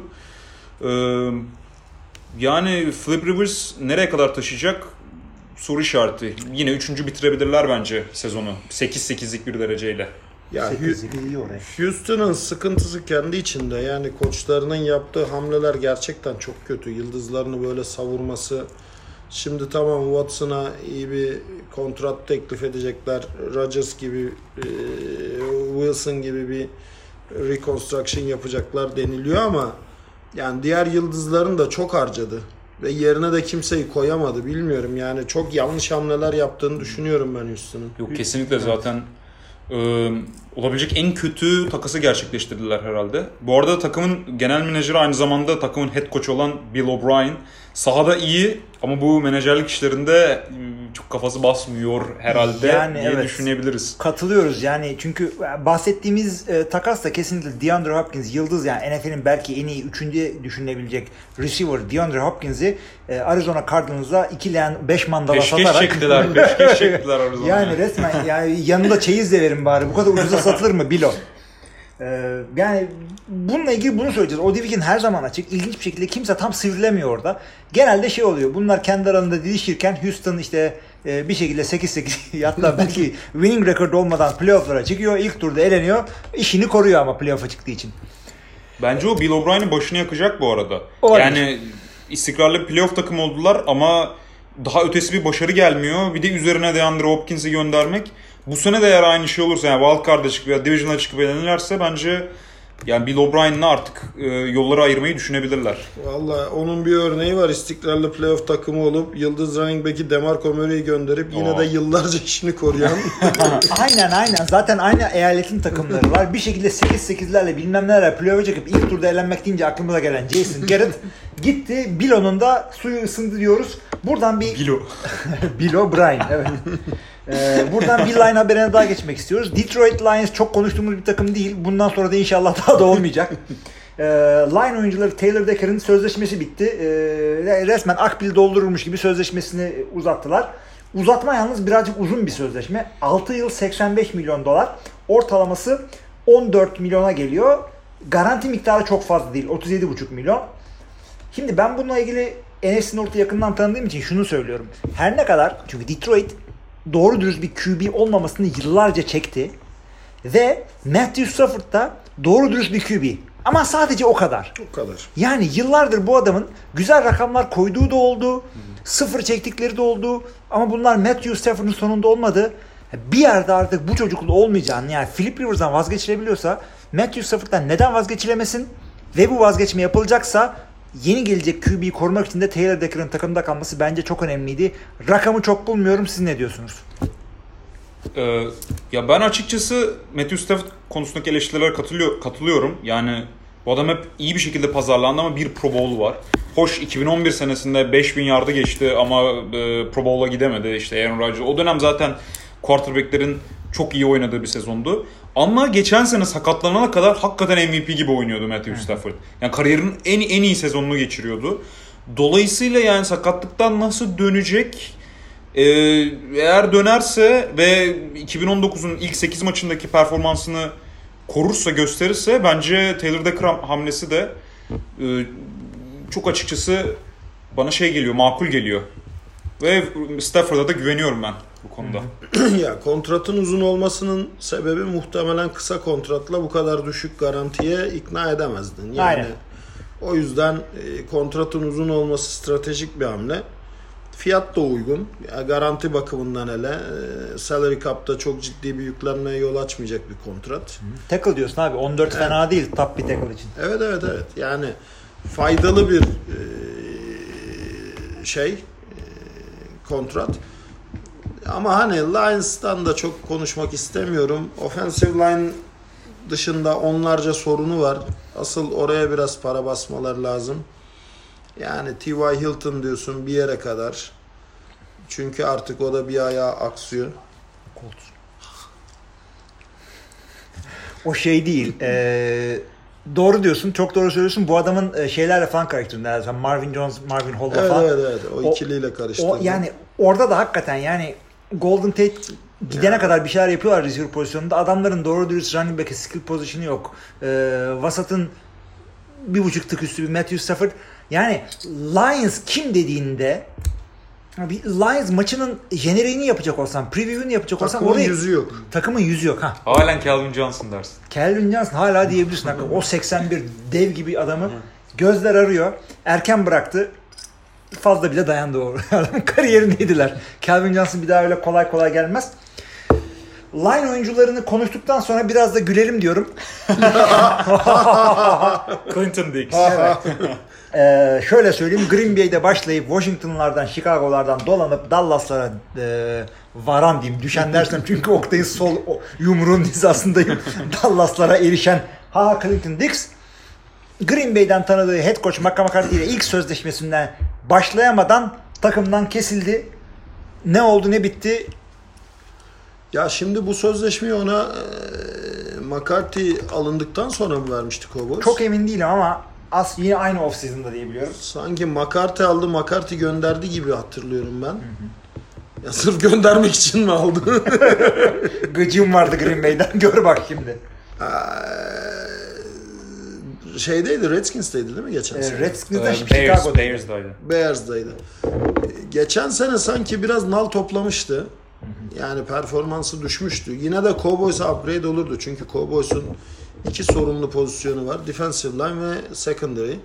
Yani Philip Rivers nereye kadar taşıyacak? Soru işareti. Yine üçüncü bitirebilirler bence sezonu. sekiz sekizlik bir dereceyle. Ya Houston'ın sıkıntısı kendi içinde. Yani koçlarının yaptığı hamleler gerçekten çok kötü. Yıldızlarını böyle savurması. Şimdi tamam, Watson'a iyi bir kontrat teklif edecekler. Rodgers gibi, Wilson gibi bir reconstruction yapacaklar deniliyor ama yani diğer yıldızların da çok harcadı. Ve yerine de kimseyi koyamadı. Bilmiyorum yani, çok yanlış hamleler yaptığını düşünüyorum ben Houston'ın. Yok kesinlikle, zaten e, olabilecek en kötü takası gerçekleştirdiler herhalde. Bu arada takımın genel menajeri aynı zamanda takımın head coach olan Bill O'Brien. Sahada iyi ama bu menajerlik işlerinde çok kafası basmıyor herhalde yani diye evet, düşünebiliriz. Katılıyoruz yani, çünkü bahsettiğimiz e, takas da kesinlikle DeAndre Hopkins, yıldız yani N F L'in belki en iyi üçüncü düşünülebilecek receiver DeAndre Hopkins'i e, Arizona Cardinals'a ikileyen beş mandala peşkeş satarak çektiler, peşkeş çektiler Arizona'ya. yani resmen yani yanında çeyiz de verin bari, bu kadar ucuza satılır mı Bilo? Ee, yani bununla ilgili bunu söyleyeceğiz. O division her zaman açık. İlginç bir şekilde kimse tam sivrilemiyor orada. Genelde şey oluyor. Bunlar kendi aralarında didişirken Houston işte e, bir şekilde sekiz sekiz hatta belki winning record olmadan playoff'lara çıkıyor. İlk turda eleniyor. İşini koruyor ama playoff'a çıktığı için. Bence o Bill O'Brien'in başını yakacak bu arada. Olabilir. Yani istikrarlı bir playoff takımı oldular ama daha ötesi bir başarı gelmiyor. Bir de üzerine DeAndre Hopkins'i göndermek. Bu sene de eğer aynı şey olursa, yani wildcard'a çıkıp veya division'a çıkıp elenirlerse bence yani Bill O'Brien'la artık e, yolları ayırmayı düşünebilirler. Valla onun bir örneği var. İstikrarlı playoff takımı olup yıldız running back'i DeMarco Murray'i gönderip yine Oo. de yıllarca işini koruyan. Aynen aynen. Zaten aynı eyaletin takımları var. Bir şekilde sekiz sekizlerle bilmem neler playoff'a çıkıp ilk turda elenmek deyince aklımıza gelen Jason Garrett gitti. Bilo'nun da suyu ısındı diyoruz. Buradan bir... Bilo. Bill O'Brien, evet. Ee, buradan bir line haberine daha geçmek istiyoruz. Detroit Lions çok konuştuğumuz bir takım değil. Bundan sonra da inşallah daha da olmayacak. Ee, line oyuncuları Taylor Decker'ın sözleşmesi bitti. Ee, resmen akbil doldurulmuş gibi sözleşmesini uzattılar. Uzatma yalnız birazcık uzun bir sözleşme. altı yıl seksen beş milyon dolar. Ortalaması on dört milyona geliyor. Garanti miktarı çok fazla değil. otuz yedi buçuk milyon. Şimdi ben bununla ilgili N F C North'u yakından tanıdığım için şunu söylüyorum. Her ne kadar, çünkü Detroit doğru dürüst bir Q B olmamasını yıllarca çekti ve Matthew Stafford da doğru dürüst bir Q B. Ama sadece o kadar. O kadar. Yani yıllardır bu adamın güzel rakamlar koyduğu da oldu, sıfır çektikleri de oldu ama bunlar Matthew Stafford'ın sonunda olmadı. Bir yerde artık bu çocuklu olmayacağını, yani Philip Rivers'dan vazgeçilebiliyorsa Matthew Stafford'dan neden vazgeçilemesin ve bu vazgeçme yapılacaksa yeni gelecek Q B'yi korumak için de Taylor Decker'ın takımda kalması bence çok önemliydi. Rakamı çok bulmuyorum. Siz ne diyorsunuz? Ee, ya ben açıkçası Matthew Stafford konusundaki eleştirilere katılıyor, katılıyorum. Yani bu adam hep iyi bir şekilde pazarlandı ama bir Pro Bowl var. Hoş iki bin on bir senesinde beş bin yardı geçti ama e, Pro Bowl'a gidemedi. İşte Aaron Rodgers. O dönem zaten quarterback'lerin çok iyi oynadığı bir sezondu. Ama geçen sene sakatlanana kadar hakikaten M V P gibi oynuyordu Matthew Stafford. Yani kariyerinin en en iyi sezonunu geçiriyordu. Dolayısıyla yani sakatlıktan nasıl dönecek? Ee, eğer dönerse ve iki bin on dokuzun ilk sekiz maçındaki performansını korursa, gösterirse bence Taylor Decker hamlesi de e, çok açıkçası bana şey geliyor, makul geliyor. Ve Stafford'a da güveniyorum ben bu konuda. Ya kontratın uzun olmasının sebebi muhtemelen kısa kontratla bu kadar düşük garantiye ikna edemezdin. Yani aynen. O yüzden e, kontratın uzun olması stratejik bir hamle. Fiyat da uygun. Ya, garanti bakımından hele e, salary cap'ta çok ciddi bir yüklenmeye yol açmayacak bir kontrat. Tackle diyorsun abi. on dört evet. Fena değil top bir tackle için. Evet evet evet. Yani faydalı bir e, şey e, kontrat. Ama hani Lions'tan da çok konuşmak istemiyorum. Offensive line dışında onlarca sorunu var. Asıl oraya biraz para basmalar lazım. Yani T Y. Hilton diyorsun bir yere kadar. Çünkü artık o da bir ayağı aksıyor. O şey değil. Ee, doğru diyorsun. Çok doğru söylüyorsun. Bu adamın e, şeylerle falan karıştırdığında. Marvin Jones, Marvin Hall'la Evet, falan. evet evet. O, o ikiliyle karıştırdı. O, yani orada da hakikaten yani Golden Tate gidene yani. kadar bir şeyler yapıyorlar receiver pozisyonunda. Adamların doğru dürüst running back'e skill pozisyonu yok. Ee, vasatın bir buçuk tık üstü bir Matthew Stafford. Yani Lions kim dediğinde bir Lions maçının jeneriğini yapacak olsam, preview'unu yapacak olsam takımın oraya, yüzü yok. Takımın yüzü yok. Ha. Halen Calvin Johnson dersin. Calvin Johnson hala diyebilirsin. O seksen bir dev gibi adamı gözler arıyor. Erken bıraktı. Fazla bile dayandı o. Adamın kariyerindeydiler. Calvin Johnson bir daha öyle kolay kolay gelmez. Line oyuncularını konuştuktan sonra biraz da gülelim diyorum. Clinton Dix. Evet. Ee, şöyle söyleyeyim. Green Bay'de başlayıp Washington'lardan, Chicago'lardan dolanıp Dallas'lara e, varan diyeyim. Düşen dersem çünkü Oktay'ın sol o, yumruğun hizasındayım. Dallas'lara erişen ha Clinton Dix. Green Bay'den tanıdığı head coach McCarthy ile ilk sözleşmesinden başlayamadan takımdan kesildi. Ne oldu ne bitti? Ya şimdi bu sözleşmeyi ona e, McCarthy alındıktan sonra mı vermişti Cowboys? Çok emin değilim ama as yine aynı off season'da diyebiliyorum. Sanki McCarthy aldı, McCarthy gönderdi gibi hatırlıyorum ben. Hı hı. Ya sırf göndermek için mi aldı? Gıcığım vardı Green Bay'den. Gör bak şimdi. Ee, şeydeydi, Redskins'teydi değil mi geçen ee, sene? Redskins'den uh, Chicago'da. Bears'daydı. Bears'daydı. Geçen sene sanki biraz nal toplamıştı. Yani performansı düşmüştü. Yine de Cowboys'a upgrade olurdu. Çünkü Cowboys'un iki sorunlu pozisyonu var. Defensive line ve secondary.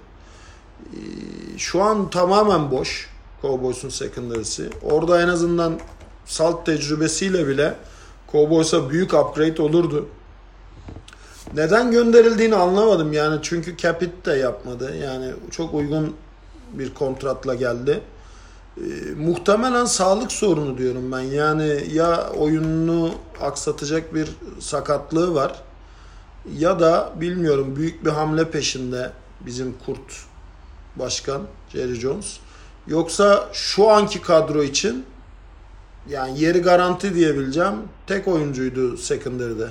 Şu an tamamen boş Cowboys'un secondary'si. Orada en azından salt tecrübesiyle bile Cowboys'a büyük upgrade olurdu. Neden gönderildiğini anlamadım yani. Çünkü cap hit de yapmadı. Yani çok uygun bir kontratla geldi. Ee, muhtemelen sağlık sorunu diyorum ben. Yani ya oyununu aksatacak bir sakatlığı var ya da bilmiyorum büyük bir hamle peşinde bizim kurt başkan Jerry Jones. Yoksa şu anki kadro için yani yeri garanti diyebileceğim tek oyuncuydu secondary'de.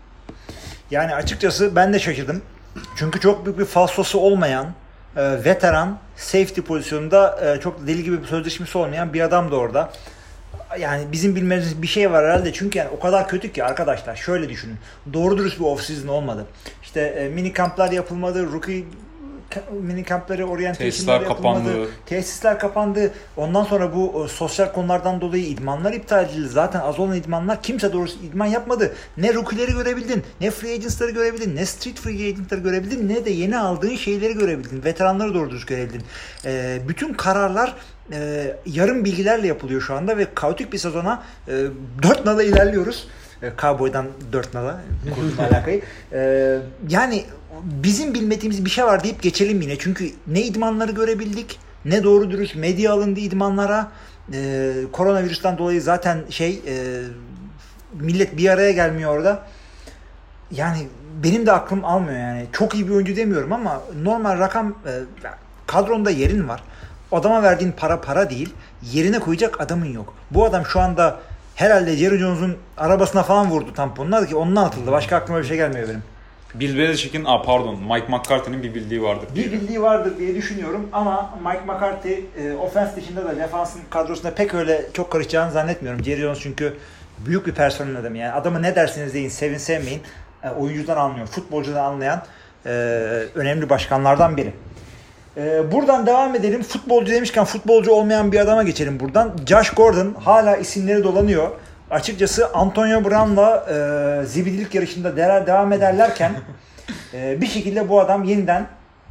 Yani açıkçası ben de şaşırdım. Çünkü çok büyük bir falsosu olmayan e, veteran safety pozisyonunda e, çok deli gibi bir sözleşmesi olmayan bir adam da orada. Yani bizim bilmediğimiz bir şey var herhalde. Çünkü yani o kadar kötü ki arkadaşlar. Şöyle düşünün. Doğru dürüst bir off-season olmadı. İşte e, mini kamplar yapılmadı. Rookie mini kampları, oryantasyonlar yapılmadı. Kapandı. Tesisler kapandı. Ondan sonra bu e, sosyal konulardan dolayı idmanlar iptal edildi. Zaten az olan idmanlar kimse doğrusu idman yapmadı. Ne rookie'leri görebildin, ne free agents'ları görebildin, ne street free agent'ları görebildin, ne de yeni aldığın şeyleri görebildin. Veteranları doğru dürüst görebildin. E, bütün kararlar e, yarım bilgilerle yapılıyor şu anda ve kaotik bir sezona e, dört nala ilerliyoruz. Cowboy'dan dört nala kurdum alakayı. Ee, yani bizim bilmediğimiz bir şey var deyip geçelim yine. Çünkü ne idmanları görebildik, ne doğru dürüst medya alındı idmanlara. Ee, koronavirüsten dolayı zaten şey e, millet bir araya gelmiyor orada. Yani benim de aklım almıyor yani. Çok iyi bir oyuncu demiyorum ama normal rakam e, kadronda yerin var. Adama verdiğin para para değil. Yerine koyacak adamın yok. Bu adam şu anda herhalde Jerry Jones'un arabasına falan vurdu tamponlar ki ondan atıldı. Başka aklıma bir şey gelmiyor benim. Bill Belichick'in, ah pardon, Mike McCarthy'nin bir bildiği vardır. Bir bildiği vardır diye düşünüyorum ama Mike McCarthy e, ofens dışında da defansın kadrosunda pek öyle çok karışacağını zannetmiyorum. Jerry Jones çünkü büyük bir personel adamı yani. Adamı ne dersiniz deyin, sevin sevmeyin. E, oyuncudan anlıyor, futbolcudan anlayan e, önemli başkanlardan biri. Ee, buradan devam edelim. Futbolcu demişken futbolcu olmayan bir adama geçelim buradan. Josh Gordon hala isimleri dolanıyor. Açıkçası Antonio Brown'la e, zibidilik yarışında de- devam ederlerken e, bir şekilde bu adam yeniden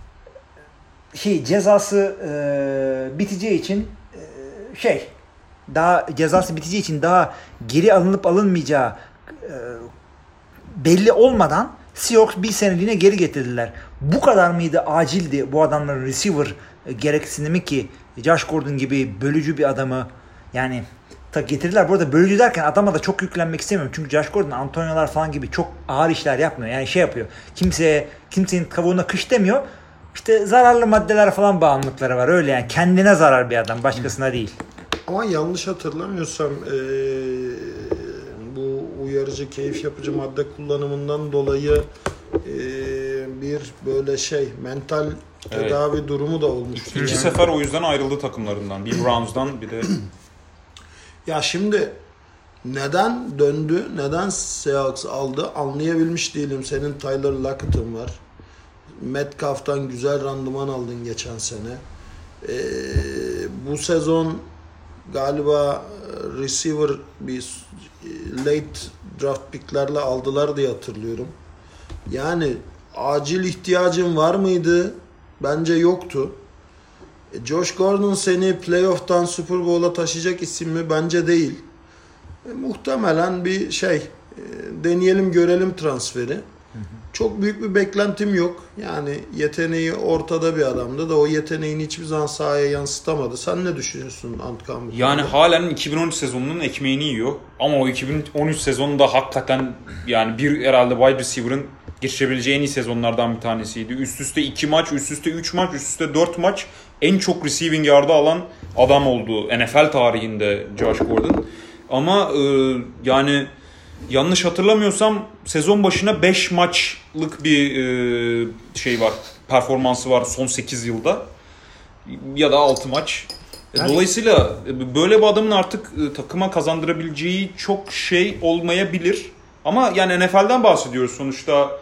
şey cezası e, biteceği için e, şey daha cezası biteceği için daha geri alınıp alınmayacağı e, belli olmadan Seahawks bir seneliğine geri getirdiler. Bu kadar mıydı acildi bu adamların receiver gereksinimi ki Josh Gordon gibi bölücü bir adamı yani ta getirdiler. Bu arada bölücü derken adama da çok yüklenmek istemiyorum. Çünkü Josh Gordon, Antonio'lar falan gibi çok ağır işler yapmıyor. Yani şey yapıyor. Kimseye, kimsenin kavuğuna kış demiyor. İşte zararlı maddeler falan bağımlılıkları var. Öyle yani. Kendine zarar bir adam. Başkasına değil. Ama yanlış hatırlamıyorsam ee, bu uyarıcı, keyif yapıcı madde kullanımından dolayı ee, bir böyle şey mental Evet. tedavi durumu da olmuştu. İki yani. sefer o yüzden ayrıldı takımlarından. Bir Browns'dan bir de Ya şimdi neden döndü, neden Seahawks aldı anlayabilmiş değilim. Senin Tyler Lockett'ın var. Metcalf'tan güzel randıman aldın geçen sene. Ee, bu sezon galiba receiver bir late draft picklerle aldılar diye hatırlıyorum. Yani acil ihtiyacın var mıydı? Bence yoktu. E, Josh Gordon seni playoff'tan Super Bowl'a taşıyacak isim mi? Bence değil. E, muhtemelen bir şey e, deneyelim görelim transferi. Hı hı. Çok büyük bir beklentim yok. Yani yeteneği ortada bir adamdı da o yeteneğini hiçbir zaman sahaya yansıtamadı. Sen ne düşünüyorsun Antkan? yani halen iki bin on üç sezonunun ekmeğini yiyor. Ama o iki bin on üç sezonunda hakikaten yani bir herhalde wide receiver'ın geçirebileceği en iyi sezonlardan bir tanesiydi. Üst üste iki maç, üst üste üç maç, üst üste dört maç en çok receiving yard'ı alan adam oldu N F L tarihinde Josh Gordon. Ama e, yani yanlış hatırlamıyorsam sezon başına beş maçlık bir e, şey var, performansı var son sekiz yılda. Ya da altı maç. Yani, dolayısıyla böyle bir adamın artık e, takıma kazandırabileceği çok şey olmayabilir. Ama yani N F L'den bahsediyoruz sonuçta.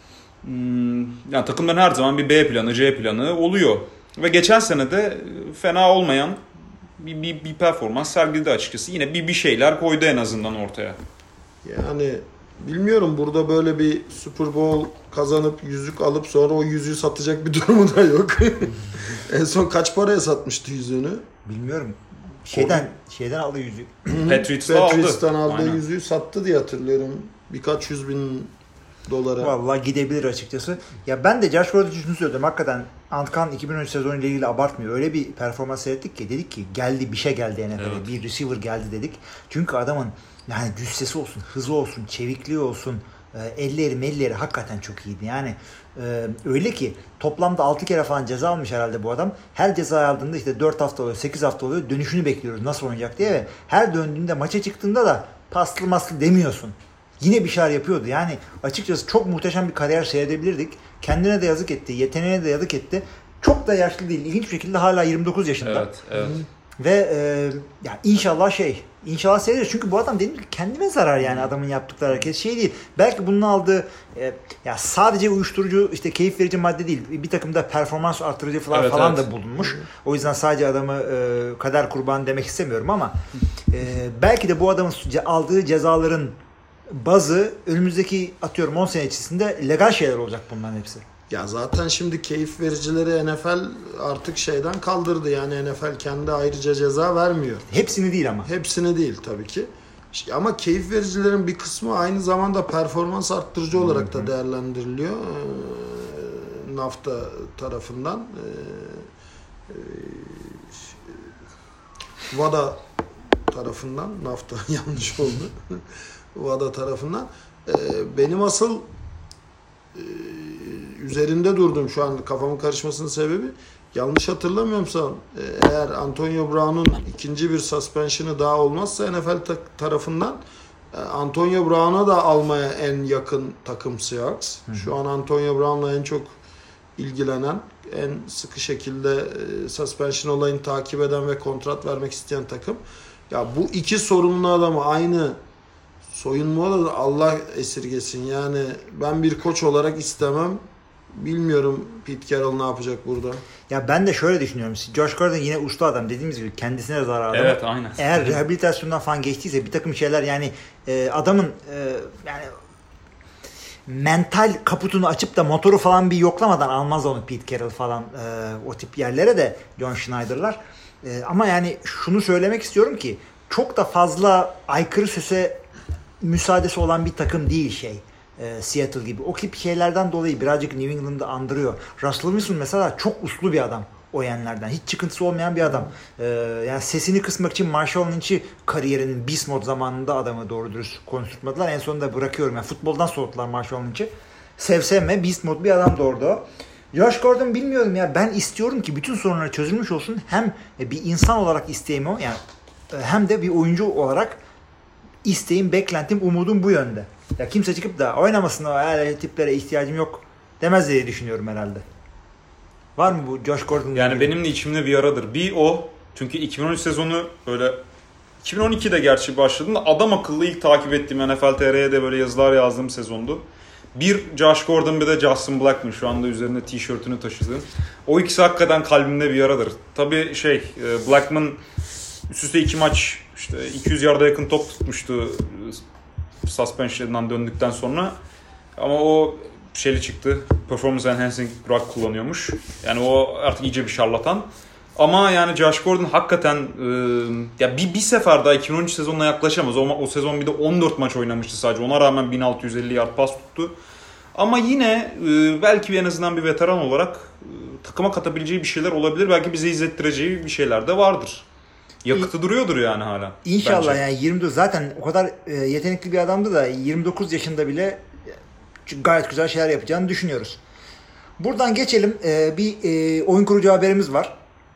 Hmm, yani takımların her zaman bir B planı, C planı oluyor. Ve geçen sene de fena olmayan bir, bir, bir performans sergiledi açıkçası. Yine bir, bir şeyler koydu en azından ortaya. Yani bilmiyorum, burada böyle bir Super Bowl kazanıp yüzük alıp sonra o yüzüğü satacak bir durumu da yok. En son kaç paraya satmıştı yüzüğünü? Bilmiyorum. Şeyden şeyden aldı yüzüğü. Patriots'tan aldı. Patriots'tan aldığı Aynen. yüzüğü sattı diye hatırlıyorum. Birkaç yüz bin dolara. Vallahi gidebilir açıkçası. Ya ben de Josh Gordon için şunu söylüyorum. Hakikaten Antkan iki bin on üç sezonuyla ilgili abartmıyor. Öyle bir performans seyrettik ki dedik ki geldi bir şey geldi N F L'e. Evet. Bir receiver geldi dedik. Çünkü adamın yani cüssesi olsun, hızı olsun, çevikliği olsun, elleri melleri hakikaten çok iyiydi. Yani e, öyle ki toplamda altı kere falan ceza almış herhalde bu adam. Her ceza aldığında işte dört hafta oluyor, sekiz hafta oluyor. Dönüşünü bekliyoruz nasıl oynayacak diye ve her döndüğünde maça çıktığında da paslı maslı demiyorsun. Yine bir şeyler yapıyordu. Yani açıkçası çok muhteşem bir kariyer seyredebilirdik. Kendine de yazık etti, yeteneğine de yazık etti. Çok da yaşlı değil. İlginç bir şekilde hala yirmi dokuz yaşında. Evet, evet. Ve e, yani inşallah şey, inşallah seyrederiz. Çünkü bu adam dediğim gibi kendine zarar yani adamın yaptıkları hareket. Şey değil. Belki bunun aldığı e, ya sadece uyuşturucu, işte keyif verici madde değil. Bir takım da performans arttırıcı falan, evet, falan evet. da bulunmuş. O yüzden sadece adamı e, kader kurbanı demek istemiyorum ama e, belki de bu adamın aldığı cezaların bazı önümüzdeki atıyorum on sene içerisinde legal şeyler olacak bunların hepsi. Ya zaten şimdi keyif vericileri N F L artık şeyden kaldırdı. Yani N F L kendi ayrıca ceza vermiyor. Hepsini değil ama. Hepsini değil tabii ki. Ama keyif vericilerin bir kısmı aynı zamanda performans arttırıcı olarak da değerlendiriliyor. Ee, NAFTA tarafından. Ee, e, VADA tarafından. NAFTA yanlış oldu. VADA tarafından. Ee, benim asıl e, üzerinde durdum şu an, kafamın karışmasının sebebi, yanlış hatırlamıyorsam eğer Antonio Brown'un ikinci bir suspension'ı daha olmazsa N F L tarafından Antonio Brown'a da almaya en yakın takım Seahawks. Şu an Antonio Brown'la en çok ilgilenen, en sıkı şekilde suspension olayını takip eden ve kontrat vermek isteyen takım. Ya bu iki sorumlu adamı aynı soyunma da Allah esirgesin. Yani ben bir koç olarak istemem. Bilmiyorum Pete Carroll ne yapacak burada. Ya ben de şöyle düşünüyorum. Josh Gordon yine usta adam. Dediğimiz gibi kendisine zarar adam. Evet, aynen. Eğer rehabilitasyondan falan geçtiyse bir takım şeyler yani e, adamın e, yani mental kaputunu açıp da motoru falan bir yoklamadan almaz onu Pete Carroll falan e, o tip yerlere de John Schneider'lar. E, ama yani şunu söylemek istiyorum ki çok da fazla aykırı sese müsaadesi olan bir takım değil şey. E, Seattle gibi. O tip şeylerden dolayı birazcık New England'ı andırıyor. Russell Wilson mesela çok uslu bir adam. o yenlerden. Hiç çıkıntısı olmayan bir adam. Ee, yani sesini kısmak için Marshall Lynch'i kariyerinin beast mode zamanında adamı doğru dürüst konuşturmadılar. En sonunda bırakıyorum. Yani futboldan soğuttular Marshall Lynch'i. Sev sevme beast mode bir adam doğurdu o. Josh Gordon bilmiyorum ya. Ben istiyorum ki bütün sorunları çözülmüş olsun. Hem bir insan olarak isteğim o. Yani hem de bir oyuncu olarak isteğim, beklentim, umudum bu yönde. Ya kimse çıkıp da oynamasın o öyle tiplere ihtiyacım yok demez diye düşünüyorum herhalde. Var mı bu Josh Gordon? Yani gibi? benim de içimde bir yaradır. Bir o. Çünkü iki bin on üç sezonu böyle iki bin on ikide gerçi başladığında adam akıllı ilk takip ettiğim N F L T R'ye de böyle yazılar yazdığım sezondu. Bir Josh Gordon bir de Justin Blackmon şu anda üzerinde tişörtünü taşıdığım. O ikisi hakikaten kalbimde bir yaradır. Tabii şey Blackmon üst üste iki maç işte iki yüz yarda yakın top tutmuştu suspension'dan döndükten sonra. Ama o şeyli çıktı. Performance enhancing drug kullanıyormuş. Yani o artık iyice bir şarlatan. Ama yani Josh Gordon hakikaten e, ya bir bir sefer daha iki bin on üç sezonuna yaklaşamaz. O, o sezon bir de on dört maç oynamıştı sadece. Ona rağmen bin altı yüz elli yard pas tuttu. Ama yine e, belki en azından bir veteran olarak e, takıma katabileceği bir şeyler olabilir. Belki bize izlettireceği bir şeyler de vardır. Yakıtı İ- duruyordur yani hala. İnşallah bence. Yani yirmi dört zaten o kadar e, yetenekli bir adamdı da yirmi dokuz yaşında bile gayet güzel şeyler yapacağını düşünüyoruz. Buradan geçelim. E, bir e, oyun kurucu haberimiz var.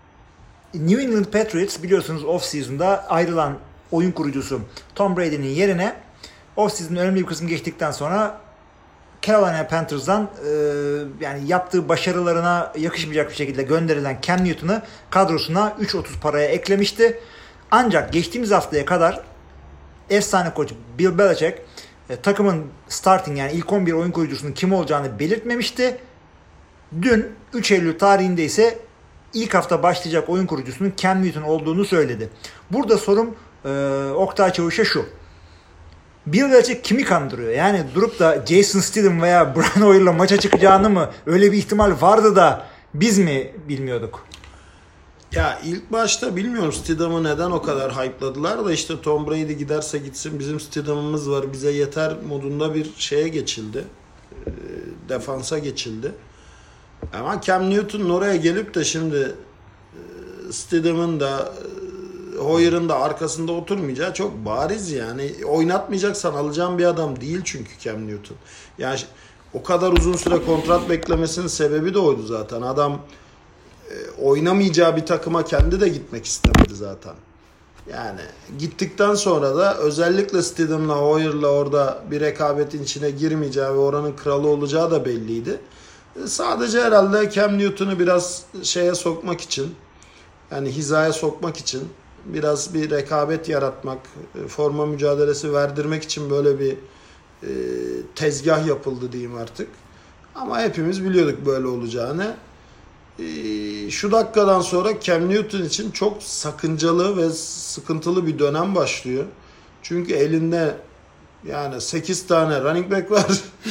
New England Patriots biliyorsunuz off-season'da ayrılan oyun kurucusu Tom Brady'nin yerine off-season'ın önemli bir kısmı geçtikten sonra Carolina Panthers'dan e, yani yaptığı başarılarına yakışmayacak bir şekilde gönderilen Cam Newton'ı kadrosuna üç otuz paraya eklemişti. Ancak geçtiğimiz haftaya kadar efsane koç Bill Belichick e, takımın starting yani ilk on bir oyun kurucusunun kim olacağını belirtmemişti. Dün üç Eylül tarihinde ise ilk hafta başlayacak oyun kurucusunun Cam Newton olduğunu söyledi. Burada sorum e, Oktay Çavuş'a şu. Bill Belichick kimi kandırıyor? Yani durup da Jason Stidham veya Brian Hoyer'la maça çıkacağını mı? Öyle bir ihtimal vardı da biz mi bilmiyorduk? Ya ilk başta bilmiyorum Stidham'ı neden o kadar hype'ladılar da işte Tom Brady giderse gitsin bizim Stidham'ımız var bize yeter modunda bir şeye geçildi. E, defansa geçildi. Ama Cam Newton'un oraya gelip de şimdi e, Stidham'ın da e, Hoyer'ın da arkasında oturmayacağı çok bariz yani. Oynatmayacaksan alacağın bir adam değil çünkü Cam Newton. Yani o kadar uzun süre kontrat beklemesinin sebebi de oydu zaten. Adam e, oynamayacağı bir takıma kendi de gitmek istemedi zaten. Yani gittikten sonra da özellikle Stidham'la Hoyer'la orada bir rekabetin içine girmeyeceği ve oranın kralı olacağı da belliydi. Sadece herhalde Cam Newton'u biraz şeye sokmak için yani hizaya sokmak için biraz bir rekabet yaratmak, forma mücadelesi verdirmek için böyle bir e, tezgah yapıldı diyeyim artık. Ama hepimiz biliyorduk böyle olacağını. E, şu dakikadan sonra Cam Newton için çok sakıncalı ve sıkıntılı bir dönem başlıyor. Çünkü elinde yani sekiz tane running back var.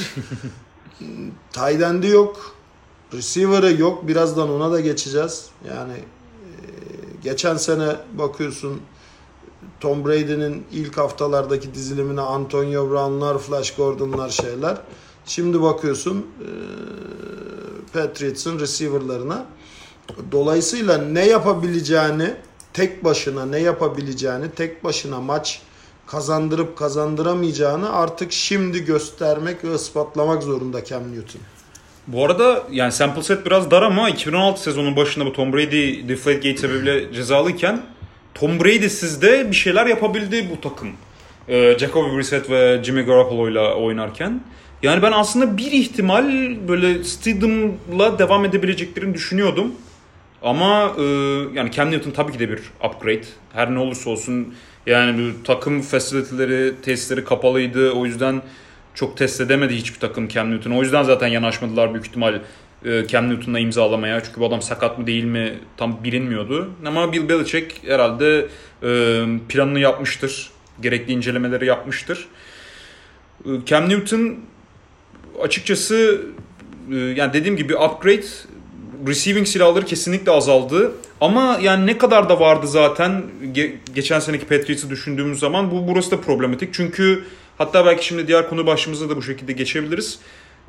Tight end'i yok. Receiver'ı yok. Birazdan ona da geçeceğiz. Yani e, geçen sene bakıyorsun Tom Brady'nin ilk haftalardaki dizilimine Antonio Brown'lar, Flash Gordon'lar şeyler. Şimdi bakıyorsun e, Patriots'ın receiver'larına. Dolayısıyla ne yapabileceğini tek başına ne yapabileceğini tek başına maç kazandırıp kazandıramayacağını artık şimdi göstermek ve ispatlamak zorunda Cam Newton. Bu arada yani sample set biraz dar ama iki bin on altı sezonun başında bu Tom Brady Deflategate sebebiyle cezalıyken Tom Brady sizde bir şeyler yapabildi bu takım. Ee, Jacoby Brissett ve Jimmy Garoppolo'yla oynarken. Yani ben aslında bir ihtimal böyle Stidham'la devam edebileceklerini düşünüyordum. Ama e, yani Cam Newton tabii ki de bir upgrade. Her ne olursa olsun yani bu takım facility'leri, testleri kapalıydı. O yüzden çok test edemedi hiçbir takım Cam Newton'u. O yüzden zaten yanaşmadılar büyük ihtimal e, Cam Newton'la imzalamaya. Çünkü bu adam sakat mı değil mi tam bilinmiyordu. Ama Bill Belichick herhalde e, planını yapmıştır. Gerekli incelemeleri yapmıştır. E, Cam Newton açıkçası e, yani dediğim gibi upgrade, receiving silahları kesinlikle azaldı. Ama yani ne kadar da vardı zaten ge- geçen seneki Patriots'ı düşündüğümüz zaman bu burası da problematik. Çünkü hatta belki şimdi diğer konu başlığımıza da bu şekilde geçebiliriz.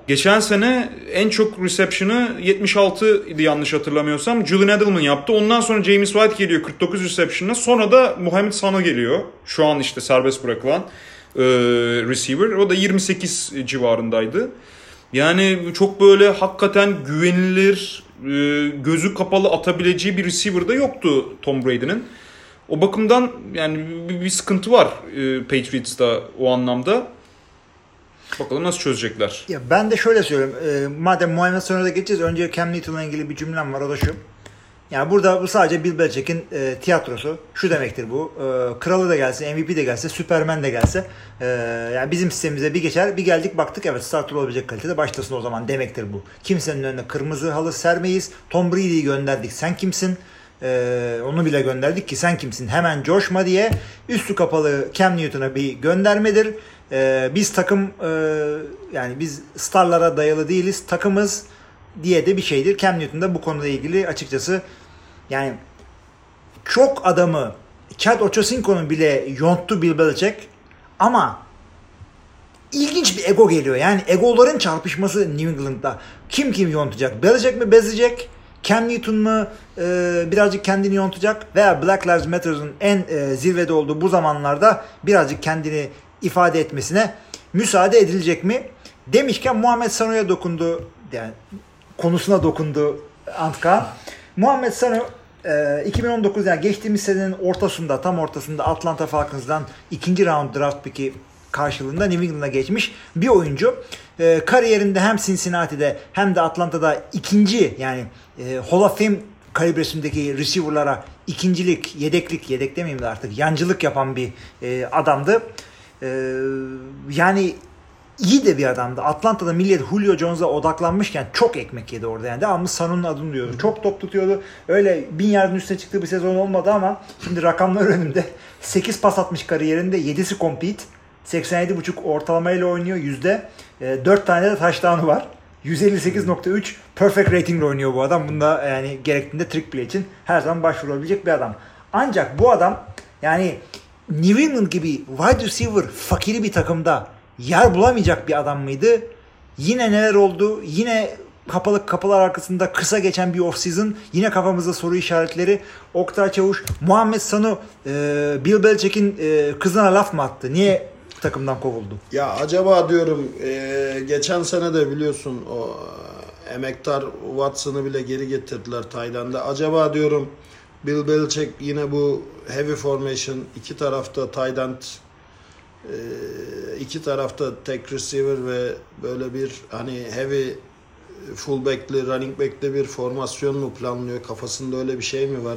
Geçen sene en çok reception'ı yetmiş altı idi yanlış hatırlamıyorsam. Julian Edelman yaptı. Ondan sonra James White geliyor kırk dokuz reception'la. Sonra da Mohamed Sanu geliyor. Şu an işte serbest bırakılan e, receiver. O da yirmi sekiz civarındaydı. Yani çok böyle hakikaten güvenilir, e, gözü kapalı atabileceği bir receiver da yoktu Tom Brady'nin. O bakımdan yani bir, bir sıkıntı var e, Patriots'ta o anlamda. Bakalım nasıl çözecekler. Ya ben de şöyle söyleyeyim. E, madem Muhammed Sanu'da geçeceğiz. Önce Cam Newton'la ilgili bir cümlem var. O da şu. Yani burada bu sadece Bill Belichick'in e, tiyatrosu. Şu demektir bu. E, kralı da gelse, M V P de gelse, Superman de gelse. E, yani bizim sistemimize bir geçer. Bir geldik baktık evet starter olabilecek kalitede başlasın o zaman demektir bu. Kimsenin önüne kırmızı halı sermeyiz. Tom Brady'yi gönderdik. Sen kimsin? Ee, onu bile gönderdik ki sen kimsin hemen coşma diye üstü kapalı Cam Newton'a bir göndermedir. Ee, biz takım e, yani biz starlara dayalı değiliz takımız diye de bir şeydir. Cam Newton da bu konuyla ilgili açıkçası yani çok adamı Chad Ochocinco'nun bile yonttu Bill Belichick ama ilginç bir ego geliyor. Yani egoların çarpışması New England'da. Kim kim yontacak? Belichick mi bezecek? Cam Newton mu e, birazcık kendini yontacak veya Black Lives Matter'ın en e, zirvede olduğu bu zamanlarda birazcık kendini ifade etmesine müsaade edilecek mi? Demişken Muhammed Sanu'ya dokundu, yani konusuna dokundu Antkan. Muhammed Sanu e, iki bin on dokuz yani geçtiğimiz senenin ortasında, tam ortasında Atlanta Falcons'dan ikinci round draft pick'i karşılığında New England'a geçmiş bir oyuncu. E, kariyerinde hem Cincinnati'de hem de Atlanta'da ikinci yani e, Hall of Fame kalibresindeki receiver'lara ikincilik, yedeklik, yedek demeyeyim de artık yancılık yapan bir e, adamdı. E, yani iyi de bir adamdı. Atlanta'da millet Julio Jones'a odaklanmışken çok ekmek yedi orada. Yani devamlı Sanu'nun adını diyordu. Çok top tutuyordu. Öyle bin yardın üstüne çıktığı bir sezon olmadı ama şimdi rakamlar önümde. sekiz pas atmış kariyerinde. yedisi complete. seksen yedi buçuk ortalamayla oynuyor yüzde. dört tane de touchdown'u var. yüz elli sekiz nokta üç perfect ratingle oynuyor bu adam. Bunda yani gerektiğinde trick play için her zaman başvurulabilecek bir adam. Ancak bu adam yani New England gibi wide receiver fakiri bir takımda yer bulamayacak bir adam mıydı? Yine neler oldu? Yine kapalı kapılar arkasında kısa geçen bir off-season. Yine kafamızda soru işaretleri. Oktay Çavuş, Muhammed Sanu e, Bill Belichick'in e, kızına laf mı attı? Niye takımdan kovuldu? Ya acaba diyorum e, geçen sene de biliyorsun o emektar Watson'ı bile geri getirdiler Tayland'da. Acaba diyorum Bill Belichick yine bu heavy formation iki tarafta tight end e, iki tarafta tek receiver ve böyle bir hani heavy fullback'li running back'li bir formasyon mu planlıyor? Kafasında öyle bir şey mi var?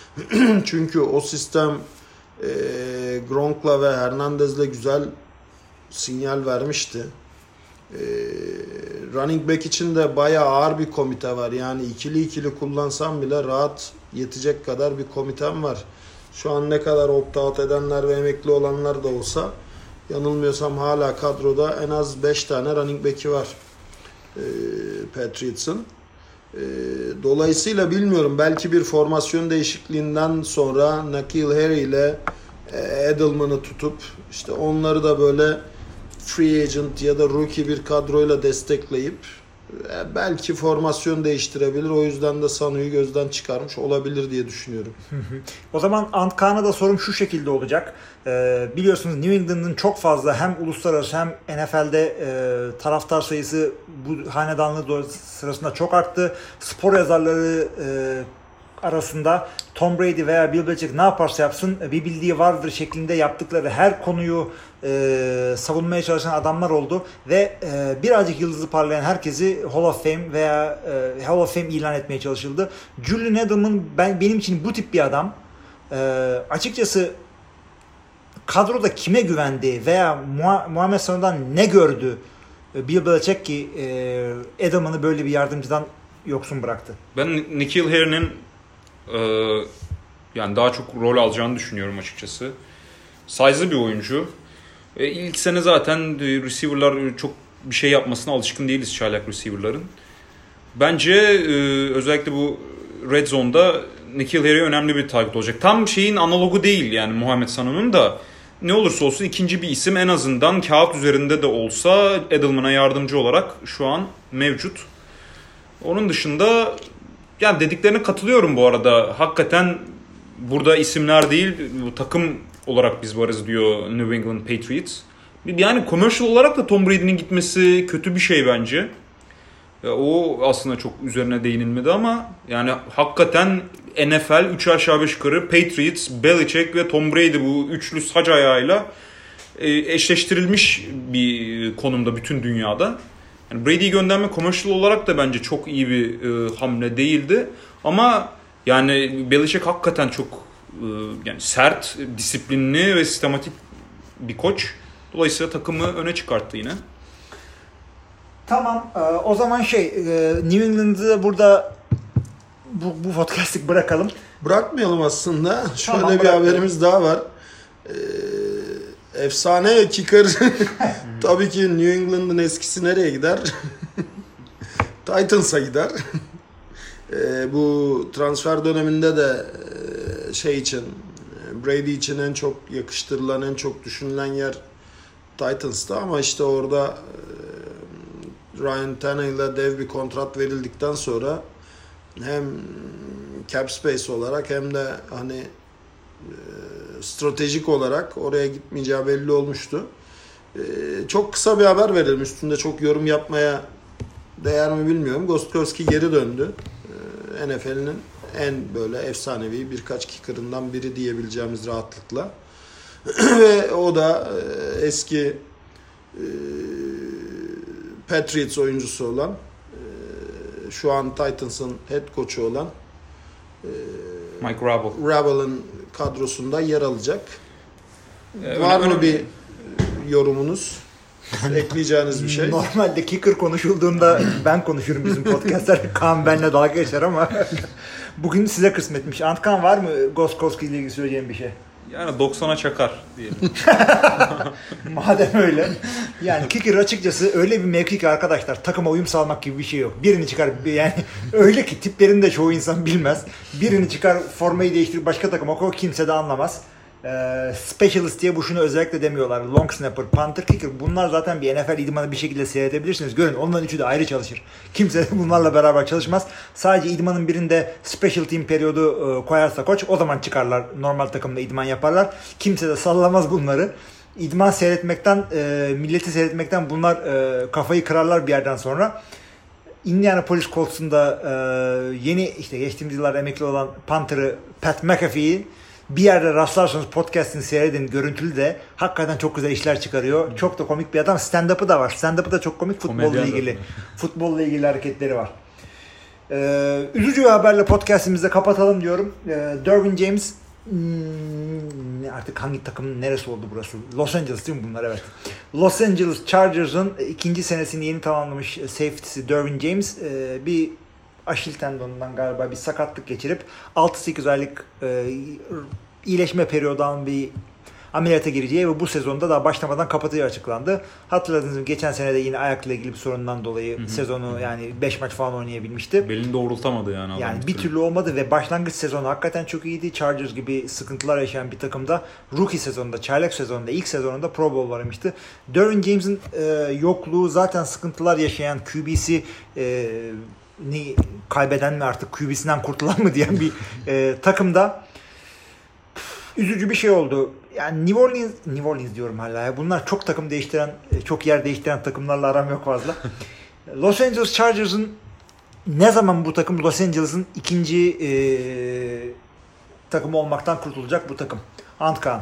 Çünkü o sistem e, Gronk'la ve Hernandez'le güzel sinyal vermişti. E, running back için de bayağı ağır bir komite var. Yani ikili ikili kullansam bile rahat yetecek kadar bir komitem var. Şu an ne kadar opt-out edenler ve emekli olanlar da olsa yanılmıyorsam hala kadroda en az beş tane running back'i var e, Patriots'ın. E, dolayısıyla bilmiyorum, belki bir formasyon değişikliğinden sonra N'Keal Harry ile e, Edelman'ı tutup işte onları da böyle free agent ya da rookie bir kadroyla destekleyip e, belki formasyon değiştirebilir. O yüzden de Sanu'yu gözden çıkarmış olabilir diye düşünüyorum. O zaman Antkan'a da sorum şu şekilde olacak. Ee, biliyorsunuz New England'ın çok fazla hem uluslararası hem N F L'de e, taraftar sayısı bu hanedanlığı sırasında çok arttı. Spor yazarları e, arasında Tom Brady veya Bill Belichick ne yaparsa yapsın bir bildiği vardır şeklinde yaptıkları her konuyu e, savunmaya çalışan adamlar oldu ve e, birazcık yıldızı parlayan herkesi Hall of Fame veya e, Hall of Fame ilan etmeye çalışıldı. Julian Edelman ben, benim için bu tip bir adam. E, açıkçası kadroda kime güvendi veya Muhammed Sanu'dan ne gördü Bill Belichick ki e, Edelman'ı böyle bir yardımcıdan yoksun bıraktı? Ben N'Keal Harry'nin e, yani daha çok rol alacağını düşünüyorum açıkçası. Size'lı bir oyuncu. E, ilk sene zaten receiver'lar çok bir şey yapmasına alışkın değiliz çaylak receiver'ların. Bence e, özellikle bu Red Zone'da N'Keal Harry önemli bir target olacak. Tam şeyin analogu değil yani Muhammed Sanu'nun da ne olursa olsun ikinci bir isim en azından kağıt üzerinde de olsa Edelman'a yardımcı olarak şu an mevcut. Onun dışında yani dediklerine katılıyorum bu arada. Hakikaten burada isimler değil, bu takım olarak biz varız diyor New England Patriots. Yani commercial olarak da Tom Brady'nin gitmesi kötü bir şey bence. Ya o aslında çok üzerine değinilmedi ama yani hakikaten N F L üç aşağı beş yukarı Patriots, Belichick ve Tom Brady bu üçlü sac ayağıyla eşleştirilmiş bir konumda bütün dünyada. Yani Brady'yi gönderme commercial olarak da bence çok iyi bir e, hamle değildi. Ama yani Belichick hakikaten çok e, yani sert, disiplinli ve sistematik bir koç. Dolayısıyla takımı öne çıkarttı yine. Tamam. E, o zaman şey e, New England'ı burada bu, bu podcast'ı bırakalım. Bırakmayalım aslında. Şöyle Tamam, bir haberimiz daha var. Ee, efsane kicker. Tabii ki New England'ın eskisi nereye gider? Titans'a gider. Ee, bu transfer döneminde de şey için Brady için en çok yakıştırılan, en çok düşünülen yer Titans'ta ama işte orada Ryan Tannehill'e dev bir kontrat verildikten sonra hem cap space olarak hem de hani stratejik olarak oraya gitmeyeceği belli olmuştu. Çok kısa bir haber verelim. Üstünde çok yorum yapmaya değer mi bilmiyorum. Gostkowski geri döndü. N F L'nin en böyle efsanevi birkaç kicker'ından biri diyebileceğimiz rahatlıkla. Ve o da eski Patriots oyuncusu olan, şu an Titans'ın head coach'u olan Mike Rabel. Rabel'ın kadrosunda yer alacak. Ee, Var öyle, mı bir yorumunuz? Ekleyeceğiniz bir şey? Normalde kicker konuşulduğunda ben konuşurum bizim podcastler. Kaan benimle dalga geçer ama bugün size kısmetmiş. Antkan var mı Gostkowski ile ilgili söyleyeceğim bir şey? Yani doksana çakar diyelim. Madem öyle. Yani kicker açıkçası öyle bir mevki ki arkadaşlar takıma uyum sağlamak gibi bir şey yok. Birini çıkar yani öyle ki tiplerini de çoğu insan bilmez. Birini çıkar formayı değiştirip başka takıma koy kimse de anlamaz. Ee, specialist diye bu şunu özellikle demiyorlar. Long snapper, punter, kicker. Bunlar zaten bir N F L idmanı bir şekilde seyredebilirsiniz. Görün onların üçü de ayrı çalışır. Kimse de bunlarla beraber çalışmaz. Sadece idmanın birinde special team periyodu e, koyarsa koç o zaman çıkarlar. Normal takımda idman yaparlar. Kimse de sallamaz bunları. İdman seyretmekten, e, milleti seyretmekten bunlar e, kafayı kırarlar bir yerden sonra. Indianapolis Colts'unda e, yeni işte geçtiğimiz yıllar emekli olan punter'ı Pat McAfee'yi bir yerde rastlarsanız podcast'ini seyredin, görüntülü de hakikaten çok güzel işler çıkarıyor. Çok da komik bir adam. Stand-up'ı da var. Stand-up'ı da çok komik futbolla ilgili. Futbolla ilgili hareketleri var. Ee, üzücü bir haberle podcast'imizi kapatalım diyorum. Ee, Derwin James hmm, artık hangi takımın neresi oldu burası? Los Angeles değil mi bunlar? Evet. Los Angeles Chargers'ın ikinci senesini yeni tamamlamış safety'si Derwin James e, bir Aşil tendonundan galiba bir sakatlık geçirip altı sekiz aylık e, iyileşme periyodundan bir ameliyata gireceği ve bu sezonda daha başlamadan kapatıcı açıklandı. Hatırladığınız gibi geçen sene de yine ayakla ilgili bir sorundan dolayı Hı-hı. sezonu yani beş maç falan oynayabilmişti. Belini doğrultamadı yani. Yani bir türlü olmadı ve başlangıç sezonu hakikaten çok iyiydi. Chargers gibi sıkıntılar yaşayan bir takımda rookie sezonunda, çaylak sezonunda, ilk sezonunda Pro Bowl varmıştı. Derwin James'in e, yokluğu zaten sıkıntılar yaşayan Q B'si e, ni kaybeden mi artık Q B'sinden kurtulan mı diyen bir e, takımda üzücü bir şey oldu. Yani New Orleans, New Orleans diyorum hala ya. Bunlar çok takım değiştiren, çok yer değiştiren takımlarla aram yok fazla. Los Angeles Chargers'ın ne zaman bu takım Los Angeles'ın ikinci e, takımı olmaktan kurtulacak bu takım? Antkan.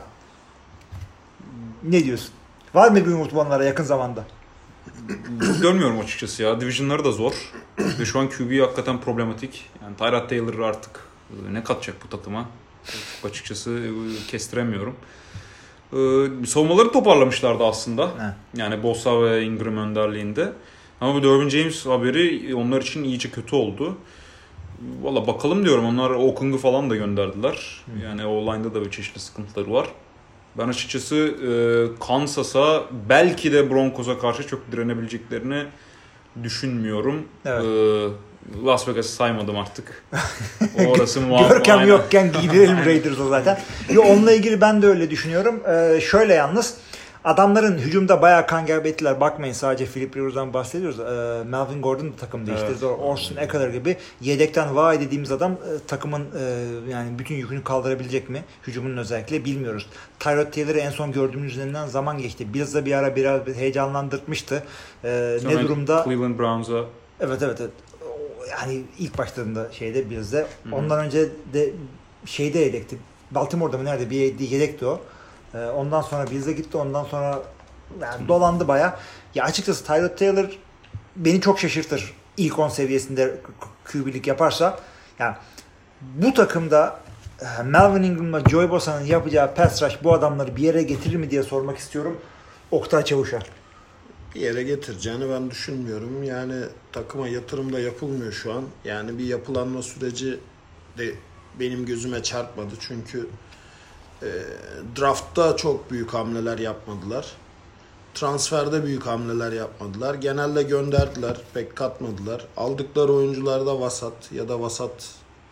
Ne diyorsun? Var mı bir umut onlara yakın zamanda? Görmüyorum açıkçası ya. Division'ları da zor. Ve şu an Q B hakikaten problematik. Yani Tyrod Taylor artık ne katacak bu takıma? Çok açıkçası kestiremiyorum. Ee, savunmaları toparlamışlardı aslında. He. Yani Bosa ve Ingram önderliğinde. Ama bu Derwin James haberi onlar için iyice kötü oldu. Valla bakalım diyorum. Onlar Okung'u falan da gönderdiler. Hı. Yani o line'da da bir çeşitli sıkıntıları var. Ben açıkçası e, Kansas'a belki de Broncos'a karşı çok direnebileceklerini düşünmüyorum. Evet. E, Las Vegas'ı saymadım artık. Orası muhakkak. Görkem aynen. yokken giydirelim Raiders'a zaten. Yo, onunla ilgili ben de öyle düşünüyorum. Ee, şöyle yalnız adamların hücumda bayağı kan kaybettiler. Bakmayın sadece Philip Rivers'dan bahsediyoruz. Ee, Melvin Gordon da takım değiştirdi. Evet. Orson Eckler gibi yedekten vay dediğimiz adam e, takımın e, yani bütün yükünü kaldırabilecek mi? Hücumunun özellikle bilmiyoruz. Tyrod Taylor'ı en son gördüğümüz üzerinden zaman geçti. Bills'da bir ara biraz heyecanlandırtmıştı. Ee, ne durumda? Cleveland Browns'a. Evet evet evet. Yani ilk başladığında şeyde Bills'de. Ondan önce de şeyde yedekti. Baltimore'da mı nerede bir yedekti o. Ee, ondan sonra Bills'e gitti. Ondan sonra yani dolandı baya. Ya açıkçası Tyrod Taylor beni çok şaşırtır. İlk on seviyesinde Q B'lik yaparsa. Yani bu takımda Melvin Ingram'la Joey Bosa'nın yapacağı pass rush bu adamları bir yere getirir mi diye sormak istiyorum. Oktay Çavuş'a. Bir yere getireceğini ben düşünmüyorum. Yani takıma yatırım da yapılmıyor şu an. Yani bir yapılanma süreci de benim gözüme çarpmadı. Çünkü e, draftta çok büyük hamleler yapmadılar. Transferde büyük hamleler yapmadılar. Genelde gönderdiler, pek katmadılar. Aldıkları oyuncular da vasat ya da vasat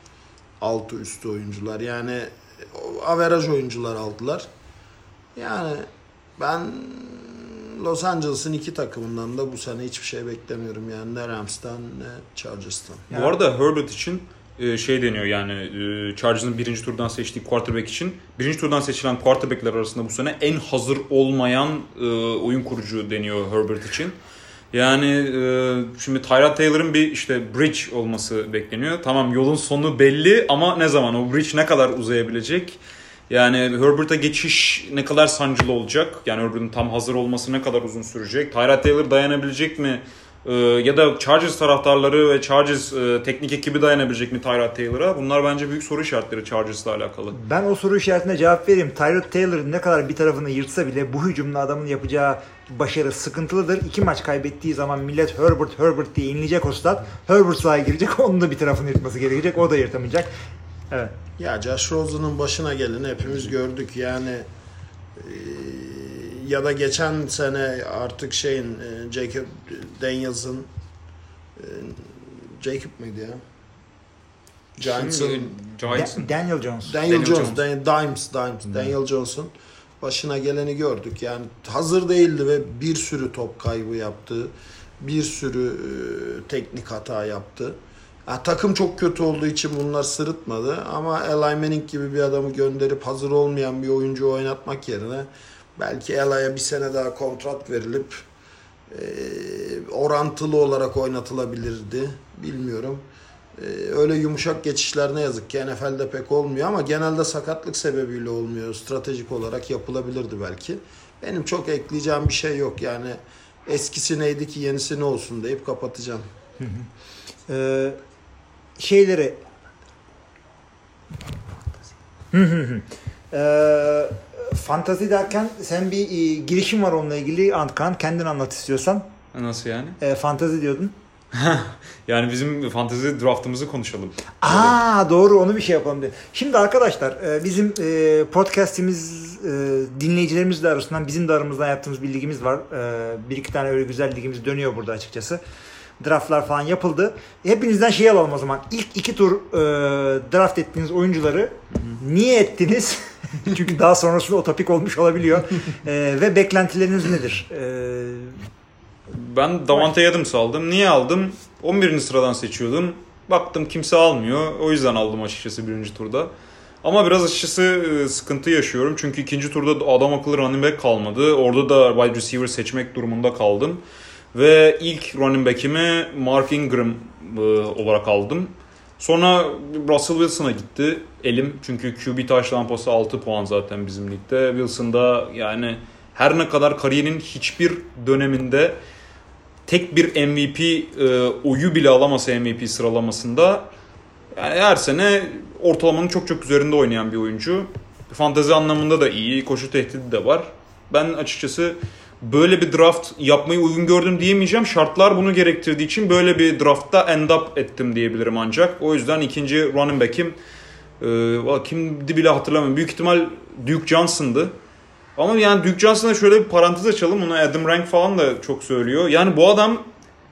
altı üstü oyuncular. Yani averaj oyuncular aldılar. Yani ben Los Angeles'ın iki takımından da bu sene hiçbir şey beklemiyorum. Yani ne Rams'tan ne Chargers'tan. Yani. Bu arada Herbert için şey deniyor yani Chargers'ın birinci turdan seçtiği quarterback için birinci turdan seçilen quarterbackler arasında bu sene en hazır olmayan oyun kurucu deniyor Herbert için. Yani şimdi Tyrod Taylor'ın bir işte bridge olması bekleniyor. Tamam yolun sonu belli ama ne zaman o bridge ne kadar uzayabilecek? Yani Herbert'a geçiş ne kadar sancılı olacak? Yani Herbert'ın tam hazır olması ne kadar uzun sürecek? Tyrod Taylor dayanabilecek mi? Ee, ya da Chargers taraftarları ve Chargers e, teknik ekibi dayanabilecek mi Tyrod Taylor'a? Bunlar bence büyük soru işaretleri Chargers'la alakalı. Ben o soru işaretine cevap vereyim. Tyrod Taylor ne kadar bir tarafını yırtsa bile bu hücumla adamın yapacağı başarı sıkıntılıdır. İki maç kaybettiği zaman millet Herbert Herbert diye inleyecek o stat. Herbert sahaya girecek. Onun da bir tarafını yırtması gerekecek. O da yırtamayacak. Evet. Ya Josh Rosen'ın başına geleni hepimiz gördük. Yani e, ya da geçen sene artık şeyin e, Jacob Daniels'ın e, Jacob mıydı ya? Giants'ın Da- Daniel Jones. Daniel, Daniel Jones, Jones. Daniel, Dimes, Dimes, hmm. Daniel Jones'un başına geleni gördük. Yani hazır değildi ve bir sürü top kaybı yaptı. Bir sürü e, teknik hata yaptı. Ya, takım çok kötü olduğu için bunlar sırıtmadı ama Eli Manning gibi bir adamı gönderip hazır olmayan bir oyuncu oynatmak yerine belki Eli'ye bir sene daha kontrat verilip e, orantılı olarak oynatılabilirdi. Bilmiyorum. E, öyle yumuşak geçişler ne yazık ki N F L'de pek olmuyor ama genelde sakatlık sebebiyle olmuyor. Stratejik olarak yapılabilirdi belki. Benim çok ekleyeceğim bir şey yok. Yani eskisi neydi ki yenisi ne olsun deyip kapatacağım. Hı hı. Ee, şeyleri ee, fantazi derken sen bir e, girişim var onunla ilgili Antkan kendin anlat istiyorsan. Nasıl yani? E, fantazi diyordun. Yani bizim fantezi draftımızı konuşalım. Aa doğru onu bir şey yapalım diye. Şimdi arkadaşlar e, bizim e, podcast'imiz e, dinleyicilerimiz de arasından bizim de aramızdan yaptığımız bir ligimiz var. E, bir iki tane öyle güzel ligimiz dönüyor burada açıkçası. Draftlar falan yapıldı. Hepinizden şey alalım o zaman. İlk iki tur e, draft ettiğiniz oyuncuları Hı-hı. niye ettiniz? Çünkü daha sonrasında o topik olmuş olabiliyor. e, ve beklentileriniz nedir? E, ben Davante Adams aldım. Niye aldım? on birinci sıradan seçiyordum. Baktım kimse almıyor. O yüzden aldım açıkçası birinci turda. Ama biraz açıkçası sıkıntı yaşıyorum. Çünkü ikinci turda adam akıllı running back kalmadı. Orada da wide receiver seçmek durumunda kaldım. Ve ilk running back'imi Mark Ingram e, olarak aldım. Sonra Russell Wilson'a gitti elim. Çünkü Q B taşlampası altı puan zaten bizim ligde. Wilson da yani her ne kadar kariyerinin hiçbir döneminde tek bir M V P e, oyu bile alamasa M V P sıralamasında yani her sene ortalamanın çok çok üzerinde oynayan bir oyuncu. Fantezi anlamında da iyi. Koşu tehdidi de var. Ben açıkçası böyle bir draft yapmayı uygun gördüm diyemeyeceğim. Şartlar bunu gerektirdiği için böyle bir draftta end up ettim diyebilirim ancak. O yüzden ikinci running back'im e, kimdi bile hatırlamıyorum. Büyük ihtimal Duke Johnson'dı. Ama yani Duke Johnson'a şöyle bir parantez açalım. Ona Adam Rank falan da çok söylüyor. Yani bu adam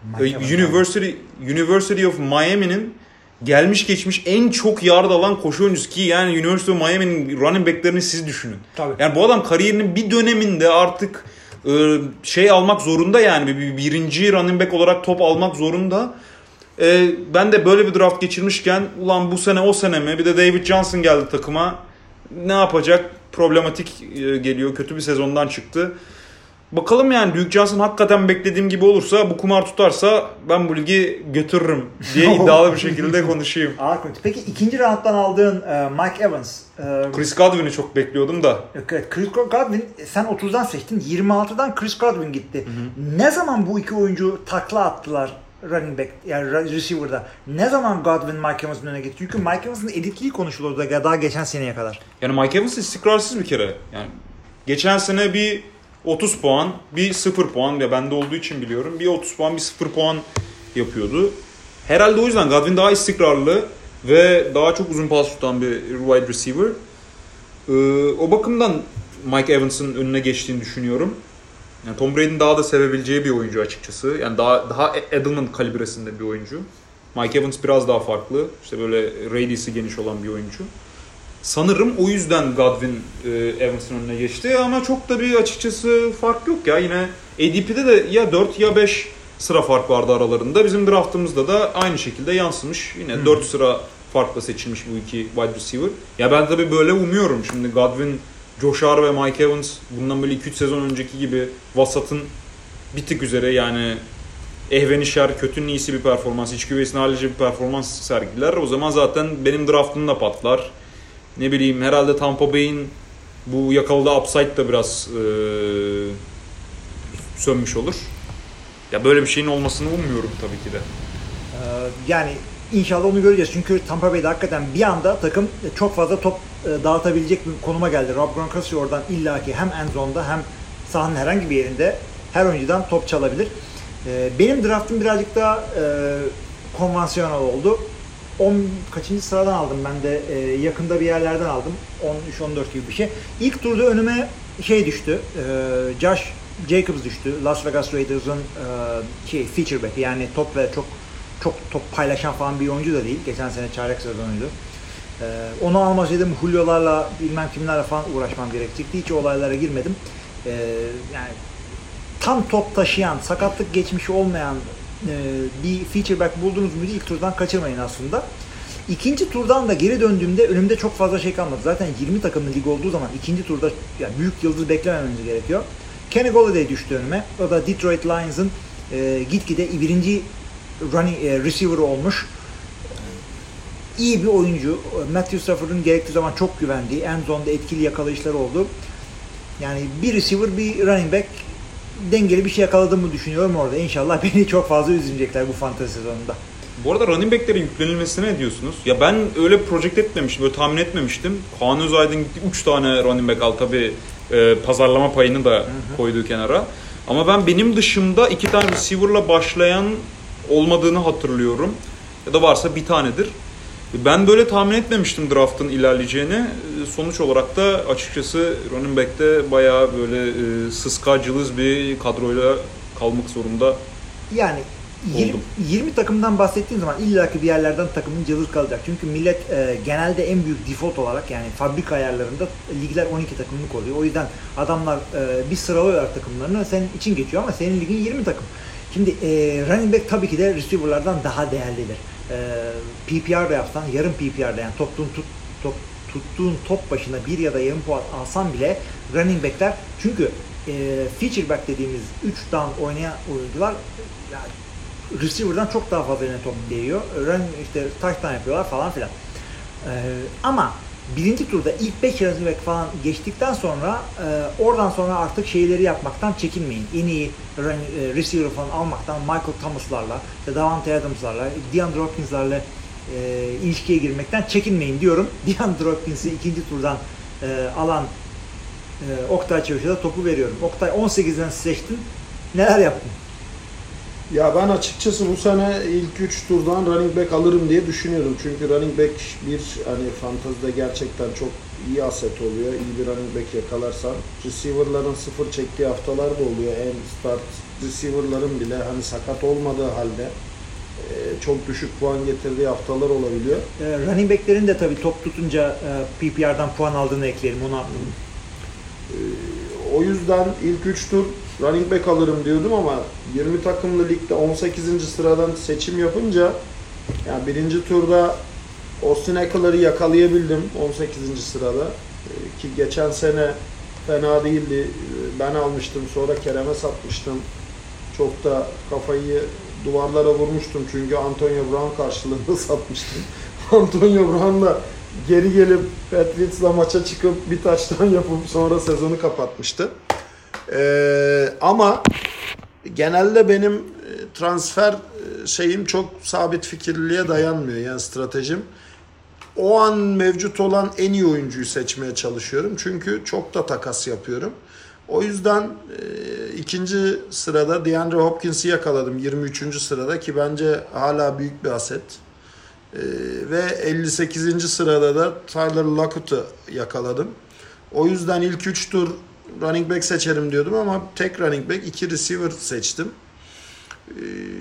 University University of Miami'nin gelmiş geçmiş en çok yard alan koşu oyuncusu ki yani University of Miami'nin running back'lerini siz düşünün. Tabii. Yani bu adam kariyerinin bir döneminde artık e, şey almak zorunda yani bir birinci running back olarak top almak zorunda. E, ben de böyle bir draft geçirmişken ulan bu sene o sene mi? Bir de David Johnson geldi takıma. Ne yapacak? Problematik e, geliyor. Kötü bir sezondan çıktı. Bakalım yani Duke Johnson hakikaten beklediğim gibi olursa, bu kumar tutarsa ben bu ligi götürürüm diye iddialı bir şekilde konuşayım. Peki ikinci rounddan aldığın e, Mike Evans. E, Chris Godwin'i çok bekliyordum da. Evet, Chris Godwin sen otuzdan seçtin. yirmi altıdan Chris Godwin gitti. Hı hı. Ne zaman bu iki oyuncu takla attılar running back yani receiver'da? Ne zaman Godwin Mike Evans'ın önüne gitti? Çünkü Mike Evans'ın elitliği konuşuluyordu daha geçen seneye kadar. Yani Mike Evans istikrarsız bir kere. Yani geçen sene bir otuz puan, bir sıfır puan ya bende olduğu için biliyorum. Bir otuz puan, bir sıfır puan yapıyordu. Herhalde o yüzden Godwin daha istikrarlı ve daha çok uzun pas tutan bir wide receiver. Ee, o bakımdan Mike Evans'ın önüne geçtiğini düşünüyorum. Yani Tom Brady'nin daha da sevebileceği bir oyuncu açıkçası. Yani daha daha Edelman kalibresinde bir oyuncu. Mike Evans biraz daha farklı. İşte böyle radius'i geniş olan bir oyuncu. Sanırım o yüzden Godwin e, Evans'ın önüne geçti ama çok da bir açıkçası fark yok ya. Yine A D P'de de ya dört ya beş sıra fark vardı aralarında. Bizim draftımızda da aynı şekilde yansımış. Yine hmm. dört sıra farkla seçilmiş bu iki wide receiver. Ya ben tabii böyle umuyorum. Şimdi Godwin, Josh Allen ve Mike Evans bundan böyle iki üç sezon önceki gibi vasatın bir tık üzere yani ehvenişer, kötünün iyisi bir performans, iç güveysin halici bir performans sergiler. O zaman zaten benim draftım da patlar. Ne bileyim herhalde Tampa Bay'in bu yakaladığı upside da biraz e, sönmüş olur. Ya böyle bir şeyin olmasını ummuyorum tabii ki de. Ee, yani inşallah onu göreceğiz. Çünkü Tampa Bay'de hakikaten bir anda takım çok fazla top e, dağıtabilecek bir konuma geldi. Rob Gronkowski oradan illaki hem end zone'da hem sahanın herhangi bir yerinde her oyuncudan top çalabilir. E, benim draftım birazcık daha e, konvansiyonel oldu. on kaçıncı sıradan aldım ben de e, yakında bir yerlerden aldım. on üç on dört gibi bir şey. İlk turda önüme şey düştü. E, Josh Jacobs düştü. Las Vegas Raiders'ın e, şey feature back yani top ve çok çok top paylaşan falan bir oyuncu da değil. Geçen sene çaylak sezonuydu. E, onu almasaydım Julio'larla bilmem kimlerle falan uğraşmam gerekecekti. Hiç olaylara girmedim. E, yani tam top taşıyan, sakatlık geçmişi olmayan bir feature back buldunuz muydu ilk turdan kaçırmayın aslında. İkinci turdan da geri döndüğümde önümde çok fazla şey kalmadı. Zaten yirmi takımlı lig olduğu zaman ikinci turda yani büyük yıldız beklememeniz gerekiyor. Kenny Golladay düştü önüme. O da Detroit Lions'ın e, gitgide birinci running e, receiver olmuş. İyi bir oyuncu. Matthew Stafford'un gerektiği zaman çok güvendiği, end zone'da etkili yakalayışları oldu. Yani bir receiver, bir running back dengeli bir şey yakaladığımı düşünüyorum orada. İnşallah beni çok fazla üzmeyecekler bu fantezi sezonunda. Bu arada running back'lerin yüklenilmesine ne diyorsunuz? Ya ben öyle project etmemiştim, böyle tahmin etmemiştim. Kaan Özaydın gitti üç tane running back al tabii e, pazarlama payını da hı hı. koyduğu kenara. Ama ben benim dışımda iki tane receiver'la başlayan olmadığını hatırlıyorum. Ya da varsa bir tanedir. Ben böyle tahmin etmemiştim draft'ın ilerleyeceğini. Sonuç olarak da açıkçası running back'te bayağı böyle e, sıska cılız bir kadroyla kalmak zorunda yani yirmi, yirmi takımdan bahsettiğim zaman illaki bir yerlerden takımın cılız kalacak. Çünkü millet e, genelde en büyük default olarak yani fabrika ayarlarında ligler on iki takımlık oluyor. O yüzden adamlar e, bir sıralıyorlar takımlarını. Senin için geçiyor ama senin ligin yirmi takım. Şimdi e, running back tabii ki de receiver'lardan daha değerlidir. E, P P R'da yapsan, yarım P P R'da yani tuttuğun, tut, top, tuttuğun top başına bir ya da yarım puan alsan bile running back'ler çünkü e, feature back dediğimiz üç down oynayan oyuncular yani receiver'dan çok daha fazla yine top değiyor. Run, işte touchdown yapıyorlar falan filan. E, ama birinci turda ilk beş running back falan geçtikten sonra e, oradan sonra artık şeyleri yapmaktan çekinmeyin. En iyi run, e, receiver falan almaktan Michael Thomas'larla, işte Davante Adams'larla, DeAndre Hopkins'larla e, ilişkiye girmekten çekinmeyin diyorum. DeAndre Hopkins'i ikinci turdan e, alan e, Oktay Çavuş'a da topu veriyorum. Oktay on sekizden seçtin. Neler yaptın? Ya ben açıkçası bu sene ilk üç turdan running back alırım diye düşünüyorum. Çünkü running back bir hani fantazide gerçekten çok iyi aset oluyor. İyi bir running back yakalarsan. Receiver'ların sıfır çektiği haftalar da oluyor. En start receiver'ların bile hani sakat olmadığı halde çok düşük puan getirdiği haftalar olabiliyor. E, running back'lerin de tabii top tutunca e, P P R'dan puan aldığını ekleyelim, onu atladım. E, o yüzden ilk üç tur running back alırım diyordum ama yirmi takımlı ligde on sekizinci sıradan seçim yapınca yani birinci turda Austin Eckler'ı yakalayabildim on sekizinci sırada. E, ki geçen sene fena değildi. Ben almıştım, sonra Kerem'e satmıştım. Çok da kafayı duvarlara vurmuştum çünkü Antonio Brown karşılığında satmıştım. Antonio Brown da geri gelip Patriots'la maça çıkıp bir taştan yapıp sonra sezonu kapatmıştı. Ee, ama genelde benim transfer şeyim çok sabit fikirliliğe dayanmıyor, yani stratejim. O an mevcut olan en iyi oyuncuyu seçmeye çalışıyorum çünkü çok da takas yapıyorum. O yüzden e, ikinci sırada DeAndre Hopkins'i yakaladım yirmi üçüncü sırada ki bence hala büyük bir aset. E, ve elli sekizinci sırada da Tyler Lockett'ı yakaladım. O yüzden ilk üç tur running back seçerim diyordum ama tek running back, iki receiver seçtim. E,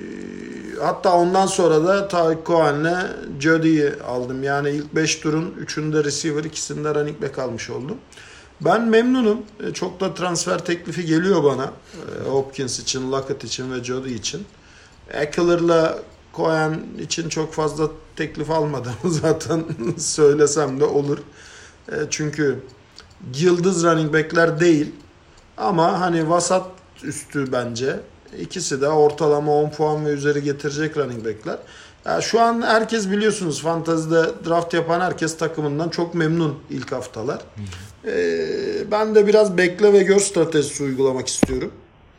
hatta ondan sonra da Tariq Cohen'le Jody'yi aldım. Yani ilk beş turun üçünde receiver, ikisinde running back almış oldum. Ben memnunum. Çok da transfer teklifi geliyor bana. Hopkins için, Lockett için ve Jody için. Eckler'la Cohen için çok fazla teklif almadım. Zaten söylesem de olur. Çünkü yıldız running back'ler değil. Ama hani vasat üstü bence. İkisi de ortalama on puan ve üzeri getirecek running back'ler. Ya şu an herkes biliyorsunuz fantazide draft yapan herkes takımından çok memnun ilk haftalar. Ee, ben de biraz bekle ve gör stratejisi uygulamak istiyorum.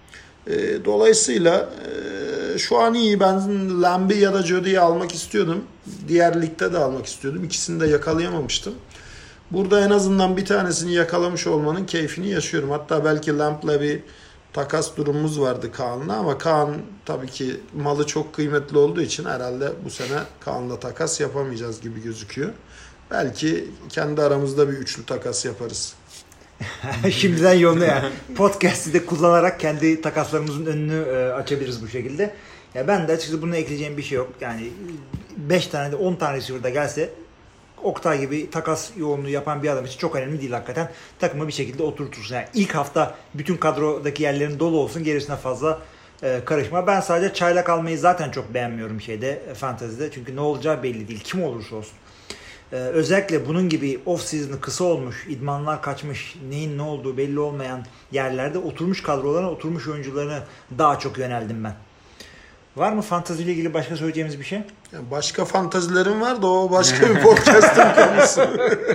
Ee, dolayısıyla e, şu an iyi. Ben Lamb'i ya da Jody'yi almak istiyordum. Diğer ligde de almak istiyordum. İkisini de yakalayamamıştım. Burada en azından bir tanesini yakalamış olmanın keyfini yaşıyorum. Hatta belki Lamb'la bir takas durumumuz vardı Kaan'la ama Kaan tabii ki malı çok kıymetli olduğu için herhalde bu sene Kaan'la takas yapamayacağız gibi gözüküyor. Belki kendi aramızda bir üçlü takas yaparız. Şimdiden yolunu yani. Podcast'i de kullanarak kendi takaslarımızın önünü e, açabiliriz bu şekilde. Ya ben de açıkçası buna ekleyeceğim bir şey yok. Yani beş tane de on tane receiver da gelse Oktay gibi takas yoğunluğu yapan bir adam için çok önemli değil hakikaten. Takımı bir şekilde oturtursun. Yani ilk hafta bütün kadrodaki yerlerin dolu olsun, gerisine fazla e, karışma. Ben sadece çaylak almayı zaten çok beğenmiyorum şeyde, fantezide. Çünkü ne olacağı belli değil. Kim olursa olsun. Ee, özellikle bunun gibi off season'ı kısa olmuş, idmanlar kaçmış, neyin ne olduğu belli olmayan yerlerde oturmuş kadrolarına, oturmuş oyuncularına daha çok yöneldim ben. Var mı fantazi ile ilgili başka söyleyeceğimiz bir şey? Yani başka fantazilerim var da o başka bir podcast'ın konusu.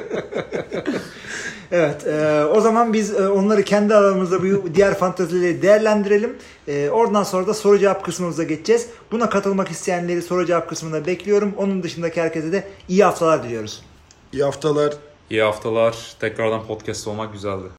Evet, e, o zaman biz e, onları kendi aramızda bu diğer fantazileri değerlendirelim. E, oradan sonra da soru cevap kısmımıza geçeceğiz. Buna katılmak isteyenleri soru cevap kısmında bekliyorum. Onun dışındaki herkese de iyi haftalar diliyoruz. İyi haftalar. İyi haftalar. Tekrardan podcast olmak güzeldi.